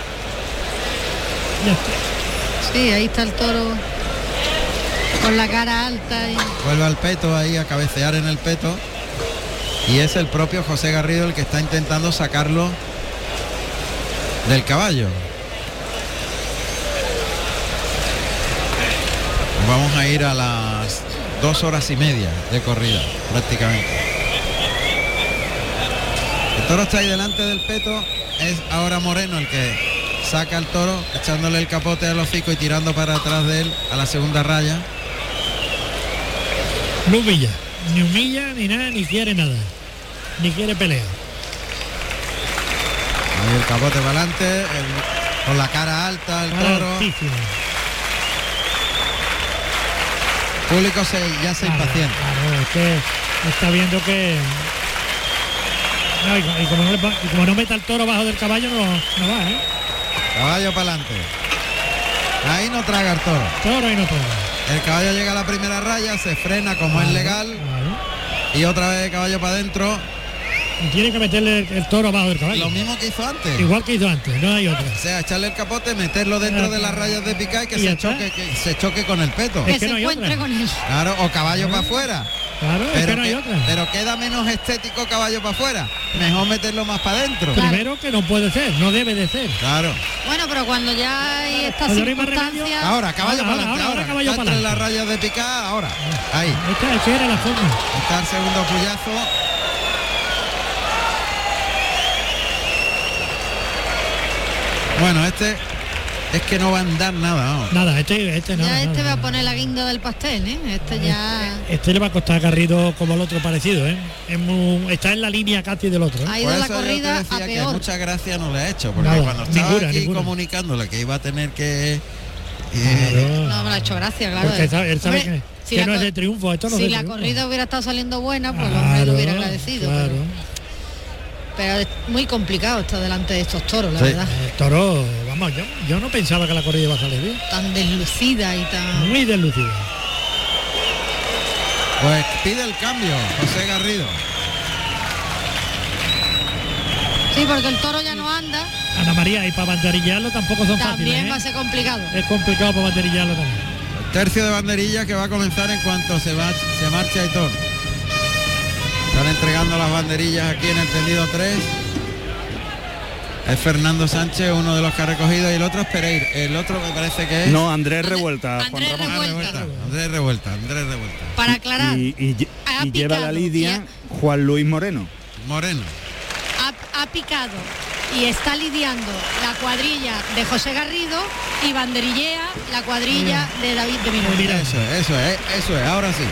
Sí, ahí está el toro con la cara alta. Vuelve al peto ahí a cabecear en el peto. Y es el propio José Garrido el que está intentando sacarlo del caballo. Vamos a ir a las 2 horas y media de corrida, prácticamente. El toro está ahí delante del peto. Es ahora Moreno el que saca al toro, echándole el capote al hocico y tirando para atrás de él a la segunda raya. No humilla, ni humilla, ni nada, ni quiere nada. Ni quiere pelea. Ahí el capote para adelante, con la cara alta el toro. Altísimo. El público ya se impacienta. Claro, es que está viendo que... No, y como no meta el toro bajo del caballo, no va, Caballo para adelante. Ahí no traga el toro. Ahí no traga. El caballo llega a la primera raya, se frena como es legal. Y otra vez el caballo para adentro. Y tiene que meterle el toro abajo del caballo. Lo mismo que hizo antes. Igual que hizo antes, no hay otra. O sea, echarle el capote, meterlo dentro de las rayas de picar y que se choque con el peto. Que se encuentre con él. Claro, o caballo para afuera. Claro, pero, es que no hay otra. Pero queda menos estético caballo para afuera. Mejor meterlo más para adentro. Claro. Primero que no puede ser, no debe de ser. Claro. Bueno, pero cuando ya hay estas circunstancias... Ahora, caballo para adelante. Ahora caballo para adelante. Las rayas de picar, ahora. Ahí. Esta era la forma. Está el segundo puyazo. Bueno, este es que no va a andar nada, ¿no? Nada, este no. Ya nada, va a poner la guinda del pastel, ¿eh? Este le va a costar a Garrido como el otro parecido, ¿eh? Está en la línea casi del otro, ¿eh? Ha ido la corrida yo te decía a que peor. mucha gracia no le ha hecho, porque Nada, cuando estaba aquí ninguna. comunicándole que iba a tener que... No me lo ha hecho gracia, claro. Porque él sabe Hombre, que no es de triunfo, esto no es si de la triunfo. corrida hubiera estado saliendo buena, pues el hombre lo hubiera agradecido. Claro. Pero es muy complicado estar delante de estos toros, la Sí. verdad. El toro, vamos, yo no pensaba que la corrida iba a salir bien. Tan deslucida y tan... Muy deslucida. Pues pide el cambio, José Garrido. Sí, porque el toro ya no anda. Ana María, y para banderillarlo tampoco son También fáciles, ¿eh? va a ser complicado. Es complicado para banderillarlo también. Tercio de banderilla que va a comenzar en cuanto se marcha Aitor. Están entregando las banderillas aquí en el tendido 3. Es Fernando Sánchez, uno de los que ha recogido, y el otro es Pereira. El otro me parece que es... No, Andrés Revuelta, Juan Andrés Ramón. Revuelta. Andrés Revuelta. Para aclarar, Y ha lleva la picado, lidia Juan Luis Moreno. Moreno. ha picado y está lidiando la cuadrilla de José Garrido y banderillea la cuadrilla de David de Miranda. Eso es, ahora sí.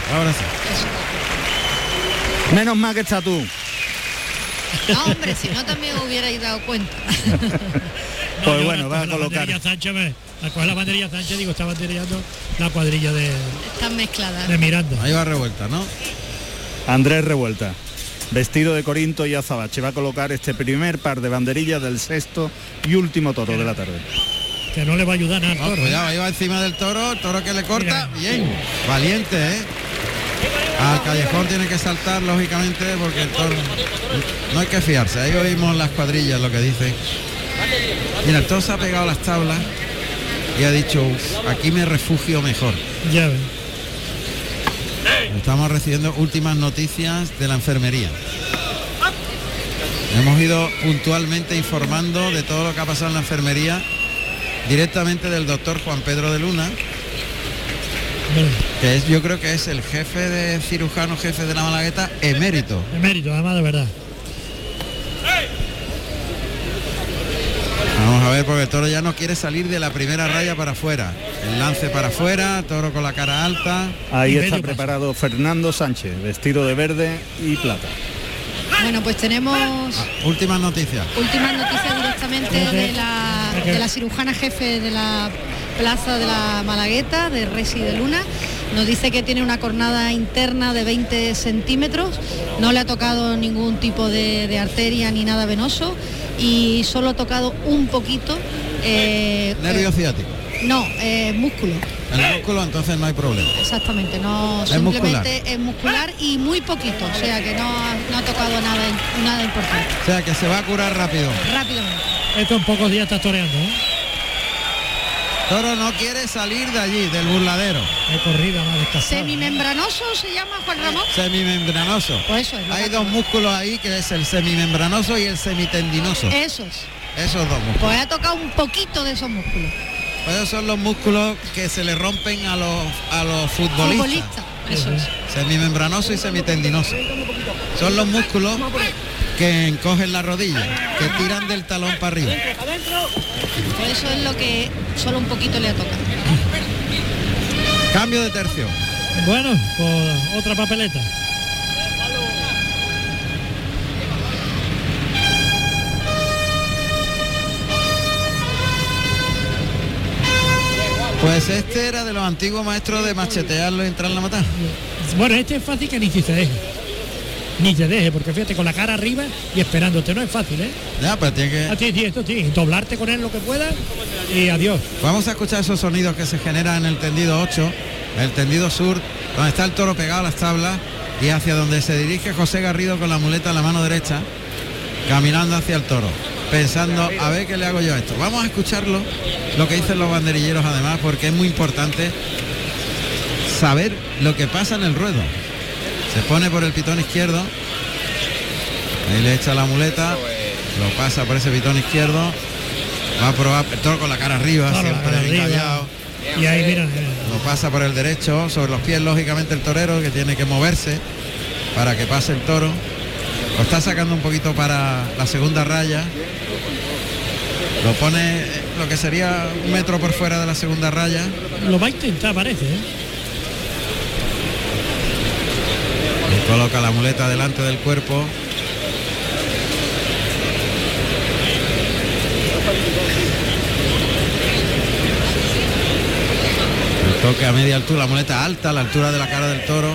Menos mal que está tú. No, hombre, si no también hubierais dado cuenta. Pues bueno, va a colocar. La banderilla Sánchez, digo, está banderillando la cuadrilla de Están mezcladas. Miranda. Ahí va Revuelta, ¿no? Andrés Revuelta, vestido de Corinto y azabache, va a colocar este primer par de banderillas del sexto y último toro de la tarde. Que no le va a ayudar nada al toro. Cuidado, ahí va encima del toro, el toro que le corta. Mira. Bien, valiente, ¿eh? Al callejón tiene que saltar, lógicamente, porque el toro... No hay que fiarse, ahí oímos las cuadrillas lo que dicen. Mira, el toro se ha pegado a las tablas y ha dicho, aquí me refugio mejor. Ya ven. Estamos recibiendo últimas noticias de la enfermería. Hemos ido puntualmente informando de todo lo que ha pasado en la enfermería directamente del doctor Juan Pedro de Luna, que es, yo creo que es el jefe de cirujano, jefe de la Malagueta, emérito. Emérito, además, de verdad. Vamos a ver, porque el toro ya no quiere salir de la primera raya para afuera. El lance para afuera, toro con la cara alta. Ahí está preparado Fernando Sánchez, vestido de verde y plata. Bueno, pues tenemos últimas noticias. Últimas noticias directamente de la cirujana jefe de la plaza de la Malagueta, de Resi de Luna. Nos dice que tiene una cornada interna de 20 centímetros, no le ha tocado ningún tipo de arteria ni nada venoso y solo ha tocado un poquito. Nervio ciático. No, músculo. El músculo, entonces no hay problema. Exactamente, no, simplemente es muscular y muy poquito, o sea que no ha tocado nada importante. O sea que se va a curar rápido. Rápidamente. Esto en pocos días está toreando, ¿eh? Toro no quiere salir de allí, del burladero. He corrido más descansado. ¿Semimembranoso se llama, Juan Ramón? Semimembranoso. Pues eso es. Hay dos músculos ahí, que es el semimembranoso y el semitendinoso. Esos dos músculos. Pues ha tocado un poquito de esos músculos. Pues esos son los músculos que se le rompen a los futbolistas. Eso es. Semimembranoso y semitendinoso. Son los músculos que encogen la rodilla, que tiran del talón para arriba. Pues eso es lo que solo un poquito le ha tocado. Cambio de tercio. Bueno, pues otra papeleta. Pues este era de los antiguos maestros de machetearlo y entrar en la matanza. Bueno, este es fácil que ni se deje. Ni se deje, porque fíjate, con la cara arriba y esperándote, no es fácil, ¿eh? Ya, pues tiene que... Sí, esto sí, doblarte con él lo que pueda y adiós. Vamos a escuchar esos sonidos que se generan en el tendido 8, el tendido sur, donde está el toro pegado a las tablas y hacia donde se dirige José Garrido con la muleta en la mano derecha, caminando hacia el toro, pensando, a ver qué le hago yo a esto. Vamos a escucharlo, lo que dicen los banderilleros además, porque es muy importante saber lo que pasa en el ruedo. Se pone por el pitón izquierdo, ahí le echa la muleta, lo pasa por ese pitón izquierdo, va a probar el toro con la cara arriba, siempre encallado. Y ahí mira, lo pasa por el derecho, sobre los pies lógicamente el torero, que tiene que moverse para que pase el toro. Lo está sacando un poquito para la segunda raya. Lo pone lo que sería 1 metro por fuera de la segunda raya. Lo va a intentar, parece, ¿eh? Y coloca la muleta delante del cuerpo. El toque a media altura, la muleta alta, a la altura de la cara del toro.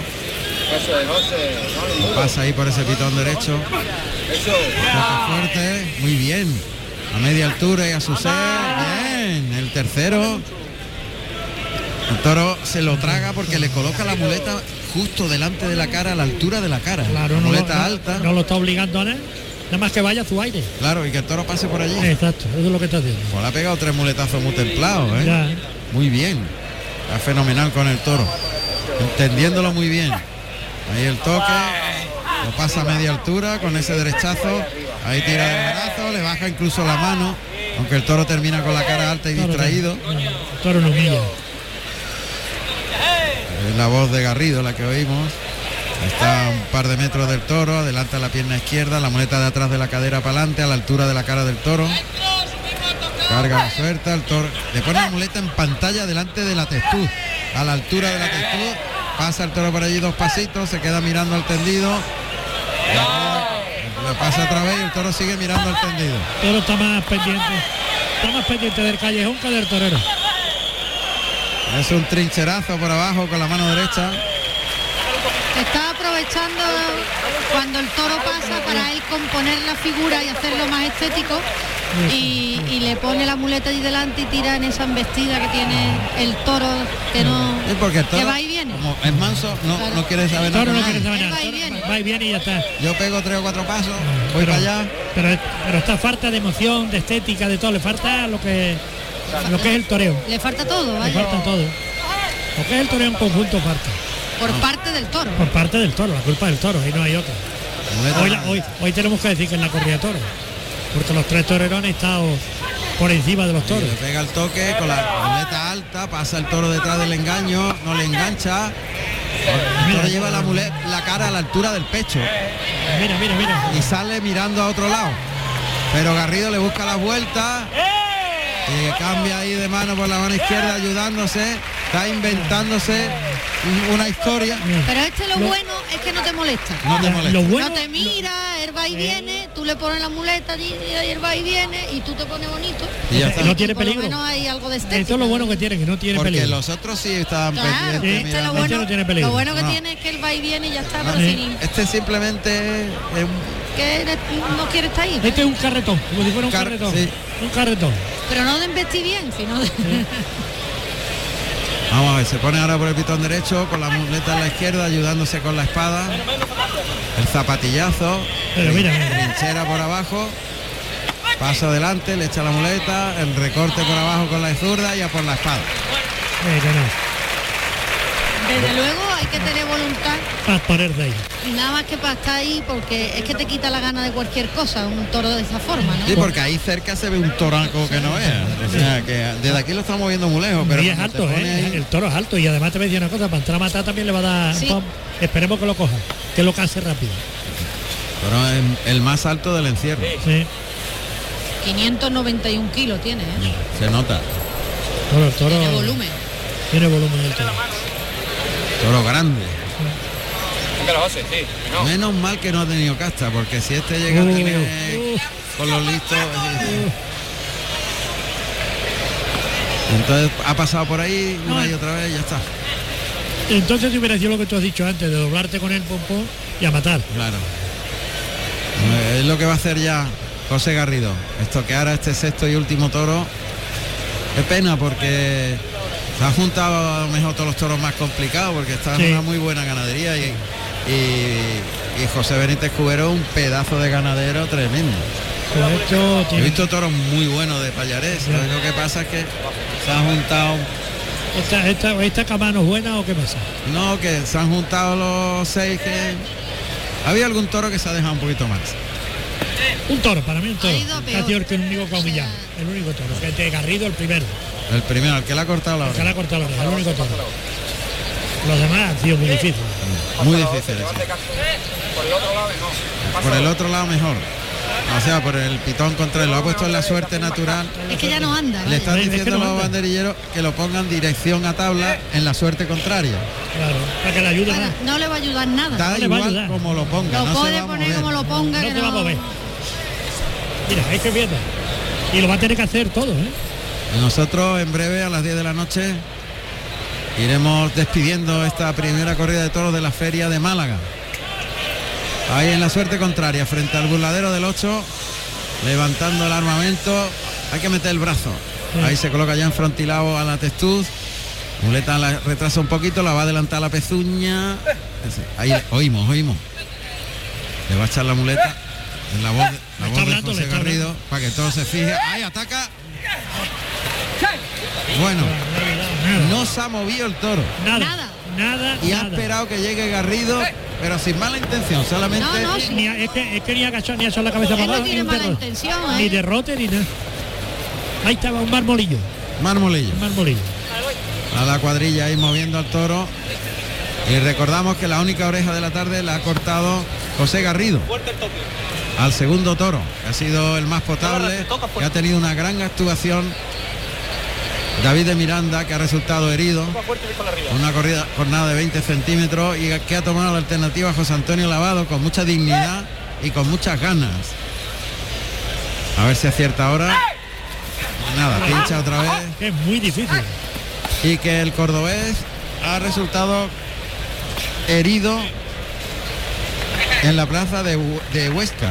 Lo pasa ahí por ese pitón derecho. Toque fuerte, muy bien. A media altura y a su ser, bien. El tercero. El toro se lo traga porque le coloca la muleta justo delante de la cara, a la altura de la cara. Claro, muleta alta. No lo está obligando a nada. Nada más que vaya a su aire. Claro, y que el toro pase por allí. Exacto, eso es lo que está haciendo. Pues le ha pegado 3 muletazos muy templados, ¿eh? Ya. Muy bien. Está fenomenal con el toro. Entendiéndolo muy bien. Ahí el toque. Lo pasa a media altura con ese derechazo. Ahí tira del brazo, le baja incluso la mano. Aunque el toro termina con la cara alta y distraído. El toro no humilla. Es la voz de Garrido la que oímos. Está a un par de metros del toro, adelanta la pierna izquierda, la muleta de atrás de la cadera para adelante, a la altura de la cara del toro. Carga la suelta, el toro le pone la muleta en pantalla delante de la testud, a la altura de la testud. Pasa el toro por allí 2 pasitos, se queda mirando al tendido. Le pasa otra vez y el toro sigue mirando al tendido. El toro está más pendiente del callejón que del torero. Es un trincherazo por abajo con la mano derecha. Está aprovechando cuando el toro pasa para él componer la figura y hacerlo más estético, y le pone la muleta ahí delante y tira en esa embestida que tiene el toro, que no, es porque el toro, que va y viene. Como es manso, no quiere saber nada. No quiere saber nada. Va y viene y ya está. Yo pego 3 o 4 pasos, voy para allá. Pero está falta de emoción, de estética, de todo. Le falta lo que es el toreo. Le falta todo, Le vaya. falta todo. Lo que es el toreo en conjunto falta. Por parte del toro. Por parte del toro, la culpa del toro, ahí no hay otra. Hoy tenemos que decir que en la corrida de toro, porque los 3 toreros han estado por encima de los toros. Le pega el toque con la muleta alta, pasa el toro detrás del engaño, no le engancha. El toro lleva la cara a la altura del pecho. Mira. Y sale mirando a otro lado. Pero Garrido le busca la vuelta. Y cambia ahí de mano por la mano izquierda, ayudándose. Está inventándose una historia. Pero lo bueno es que no te molesta. No te molesta. No te mira, él va y viene, tú le pones la muleta y él va y viene y tú te pones bonito. Y ya está. No tiene peligro. Por lo menos hay algo de estética. Eso es lo bueno que tiene, que no tiene porque peligro. los otros sí estaban Claro, pendientes. lo no tiene peligro. lo bueno que tiene es que él va y viene y ya está, pero Este simplemente es que no quiere estar ahí. Este es un carretón, como si fuera un carretón. Sí. Un carretón. Pero no de investir bien, sino de... Vamos a ver, se pone ahora por el pitón derecho con la muleta en la izquierda, ayudándose con la espada. El zapatillazo. Pero mira. Trinchera por abajo. Paso adelante, le echa la muleta, el recorte por abajo con la zurda y a por la espada. Desde luego hay que tener voluntad. Para poner de ahí. Y nada más que para estar ahí, porque es que te quita la gana de cualquier cosa, un toro de esa forma, ¿no? Sí, porque ahí cerca se ve un toranco que no es. O sea, que desde aquí lo estamos viendo muy lejos. Pero y es alto, ahí... el toro es alto. Y además te voy a decir una cosa, para entrar a matar también le va a dar... Sí. Esperemos que lo coja, que lo case rápido. Pero es el más alto del encierro. Sí. 591 kilos tiene, ¿eh? Se nota. El toro Tiene volumen. Tiene volumen el toro. Toro grande. Menos mal que no ha tenido casta, porque si este llega con los listos. Entonces ha pasado por ahí una y otra vez y ya está. Entonces si hubiera sido lo que tú has dicho antes, de doblarte con el pompón y a matar. Claro. Es lo que va a hacer ya José Garrido. Estoquear a este sexto y último toro. Qué pena, porque se han juntado a lo mejor todos los toros más complicados, porque está en una muy buena ganadería y José Benítez Cubero un pedazo de ganadero tremendo. He visto toros muy buenos de Pallarés. Lo que pasa es que se han juntado. ¿Esta cama no es buena o qué pasa? No, que se han juntado los 6 que... Había algún toro que se ha dejado un poquito más. Un toro, para mí un toro. Ha sido el único que ha humillado. El único toro. Que de Garrido el primero. El primero, el que le ha cortado la oreja. El que le ha cortado la oreja, el único toro. Los demás han sido muy difíciles. Muy difíciles. Por el otro lado mejor. O sea, por el pitón contrario, lo ha puesto en la suerte natural. Es que ya no anda. Le están Es que diciendo no a los anda. banderilleros que lo pongan dirección a tabla en la suerte contraria. Claro, para que le ayude Bueno, más. no le va a ayudar nada. Da le va a igual ayudar. como lo ponga, Lo no se puede va a poner mover. como lo ponga, No que te va a no. mover. Mira, es que fíjate. Y lo va a tener que hacer todo, ¿eh? Y nosotros en breve a las 10 de la noche iremos despidiendo esta primera corrida de toros de la feria de Málaga. Ahí en la suerte contraria, frente al burladero del 8, levantando el armamento, hay que meter el brazo. Sí. Ahí se coloca ya enfrontilado a la testuz. Muleta la retrasa un poquito, la va a adelantar la pezuña. Ahí oímos. Le va a echar la muleta en la voz de José Garrido para que todo se fije. Ahí ataca. Bueno, no se ha movido el toro. Nada. Y ha esperado que llegue Garrido, pero sin mala intención, solamente. No, sí. Es que ni agachar ni echar la cabeza Él para no abajo. tiene Ni un mala derrote. intención, Ni ¿eh? derrote ni nada. Ahí estaba un marmolillo. Marmolillo. A la cuadrilla ahí moviendo al toro. Y recordamos que la única oreja de la tarde la ha cortado José Garrido al segundo toro, que ha sido el más potable, que ha tenido una gran actuación. David de Miranda, que ha resultado herido, una jornada de 20 centímetros, y que ha tomado la alternativa José Antonio Lavado con mucha dignidad y con muchas ganas. A ver si acierta ahora. Nada, pincha otra vez. Es muy difícil. Y que el cordobés ha resultado herido en la plaza de Huesca.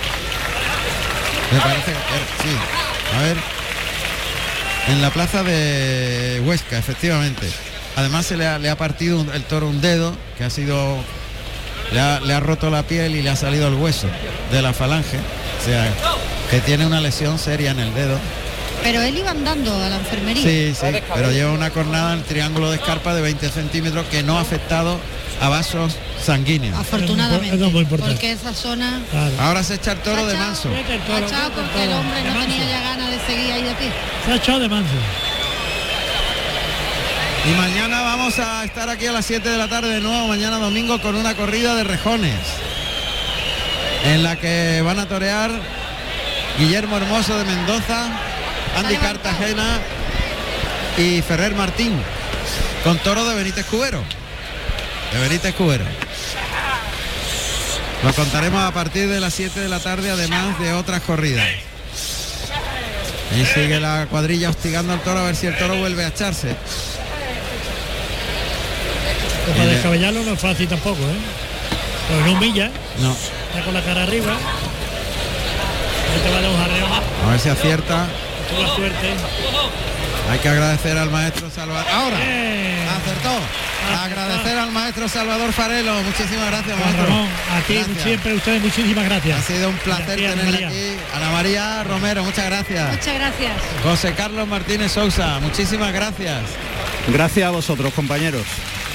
Me parece que sí. A ver. En la plaza de Huesca, efectivamente. Además le ha partido el toro un dedo, que ha sido. Le ha roto la piel y le ha salido el hueso de la falange. O sea, que tiene una lesión seria en el dedo. Pero él iba andando a la enfermería. Sí, pero lleva una cornada en el triángulo de escarpa de 20 centímetros que no ha afectado a vasos sanguíneos. Afortunadamente. Eso es muy importante. Porque esa zona. Claro. Ahora se echa el toro de manso. Achado porque el hombre no tenía ya ganas de seguir ahí de pie. Se ha echado de manso. Y mañana vamos a estar aquí a las 7 de la tarde de nuevo, mañana domingo, con una corrida de rejones, en la que van a torear Guillermo Hermoso de Mendoza, Andy Cartagena y Ferrer Martín, con toro de Benítez Cubero. Lo contaremos a partir de las 7 de la tarde, además de otras corridas. Y sigue la cuadrilla hostigando al toro a ver si el toro vuelve a echarse. Pues para descabellarlo no es fácil tampoco, ¿eh? Pues no humilla. No. Está con la cara arriba. Ahí te va a dar un jarreo. A ver si acierta. Tuvo suerte. Hay que agradecer al maestro Salvador. Ahora acertó. Agradecer al maestro Salvador Farelo. Muchísimas gracias, Juan maestro. Ramón, a ti Gracias. siempre ustedes muchísimas gracias. Ha sido un placer Gracias, tenerle María. aquí. Ana María Romero, muchas gracias. Muchas gracias. José Carlos Martínez Sousa, muchísimas gracias. Gracias a vosotros, compañeros.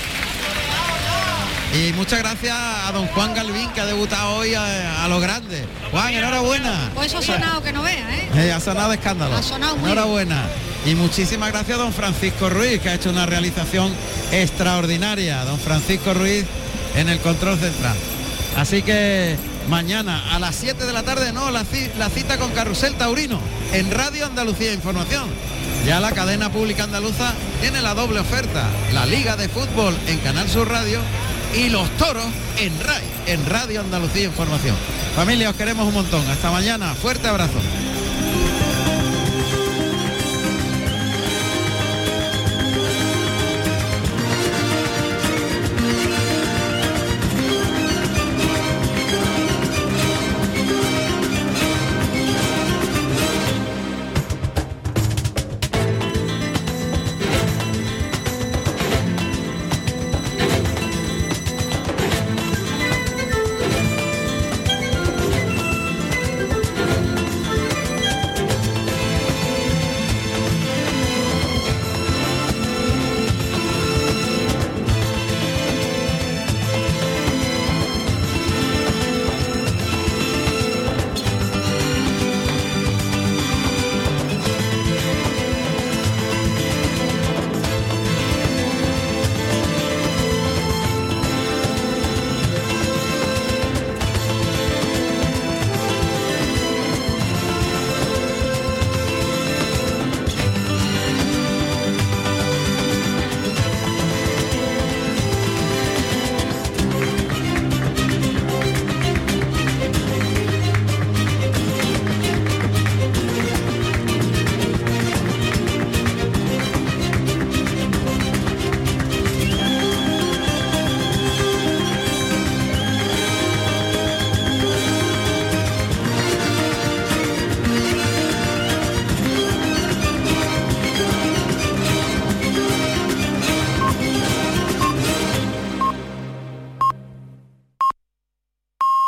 Y muchas gracias a don Juan Galvín, que ha debutado hoy a lo grande. Juan, enhorabuena. Pues eso ha sonado que no vea, ¿eh? Ha sonado de escándalo. Ha sonado muy Enhorabuena. Y muchísimas gracias a don Francisco Ruiz, que ha hecho una realización extraordinaria. Don Francisco Ruiz en el control central. Así que mañana a las 7 de la tarde, la cita con Carrusel Taurino en Radio Andalucía Información. Ya la cadena pública andaluza tiene la doble oferta: la Liga de Fútbol en Canal Sur Radio y los toros en RAI, en Radio Andalucía Información. Familia, os queremos un montón. Hasta mañana. Fuerte abrazo.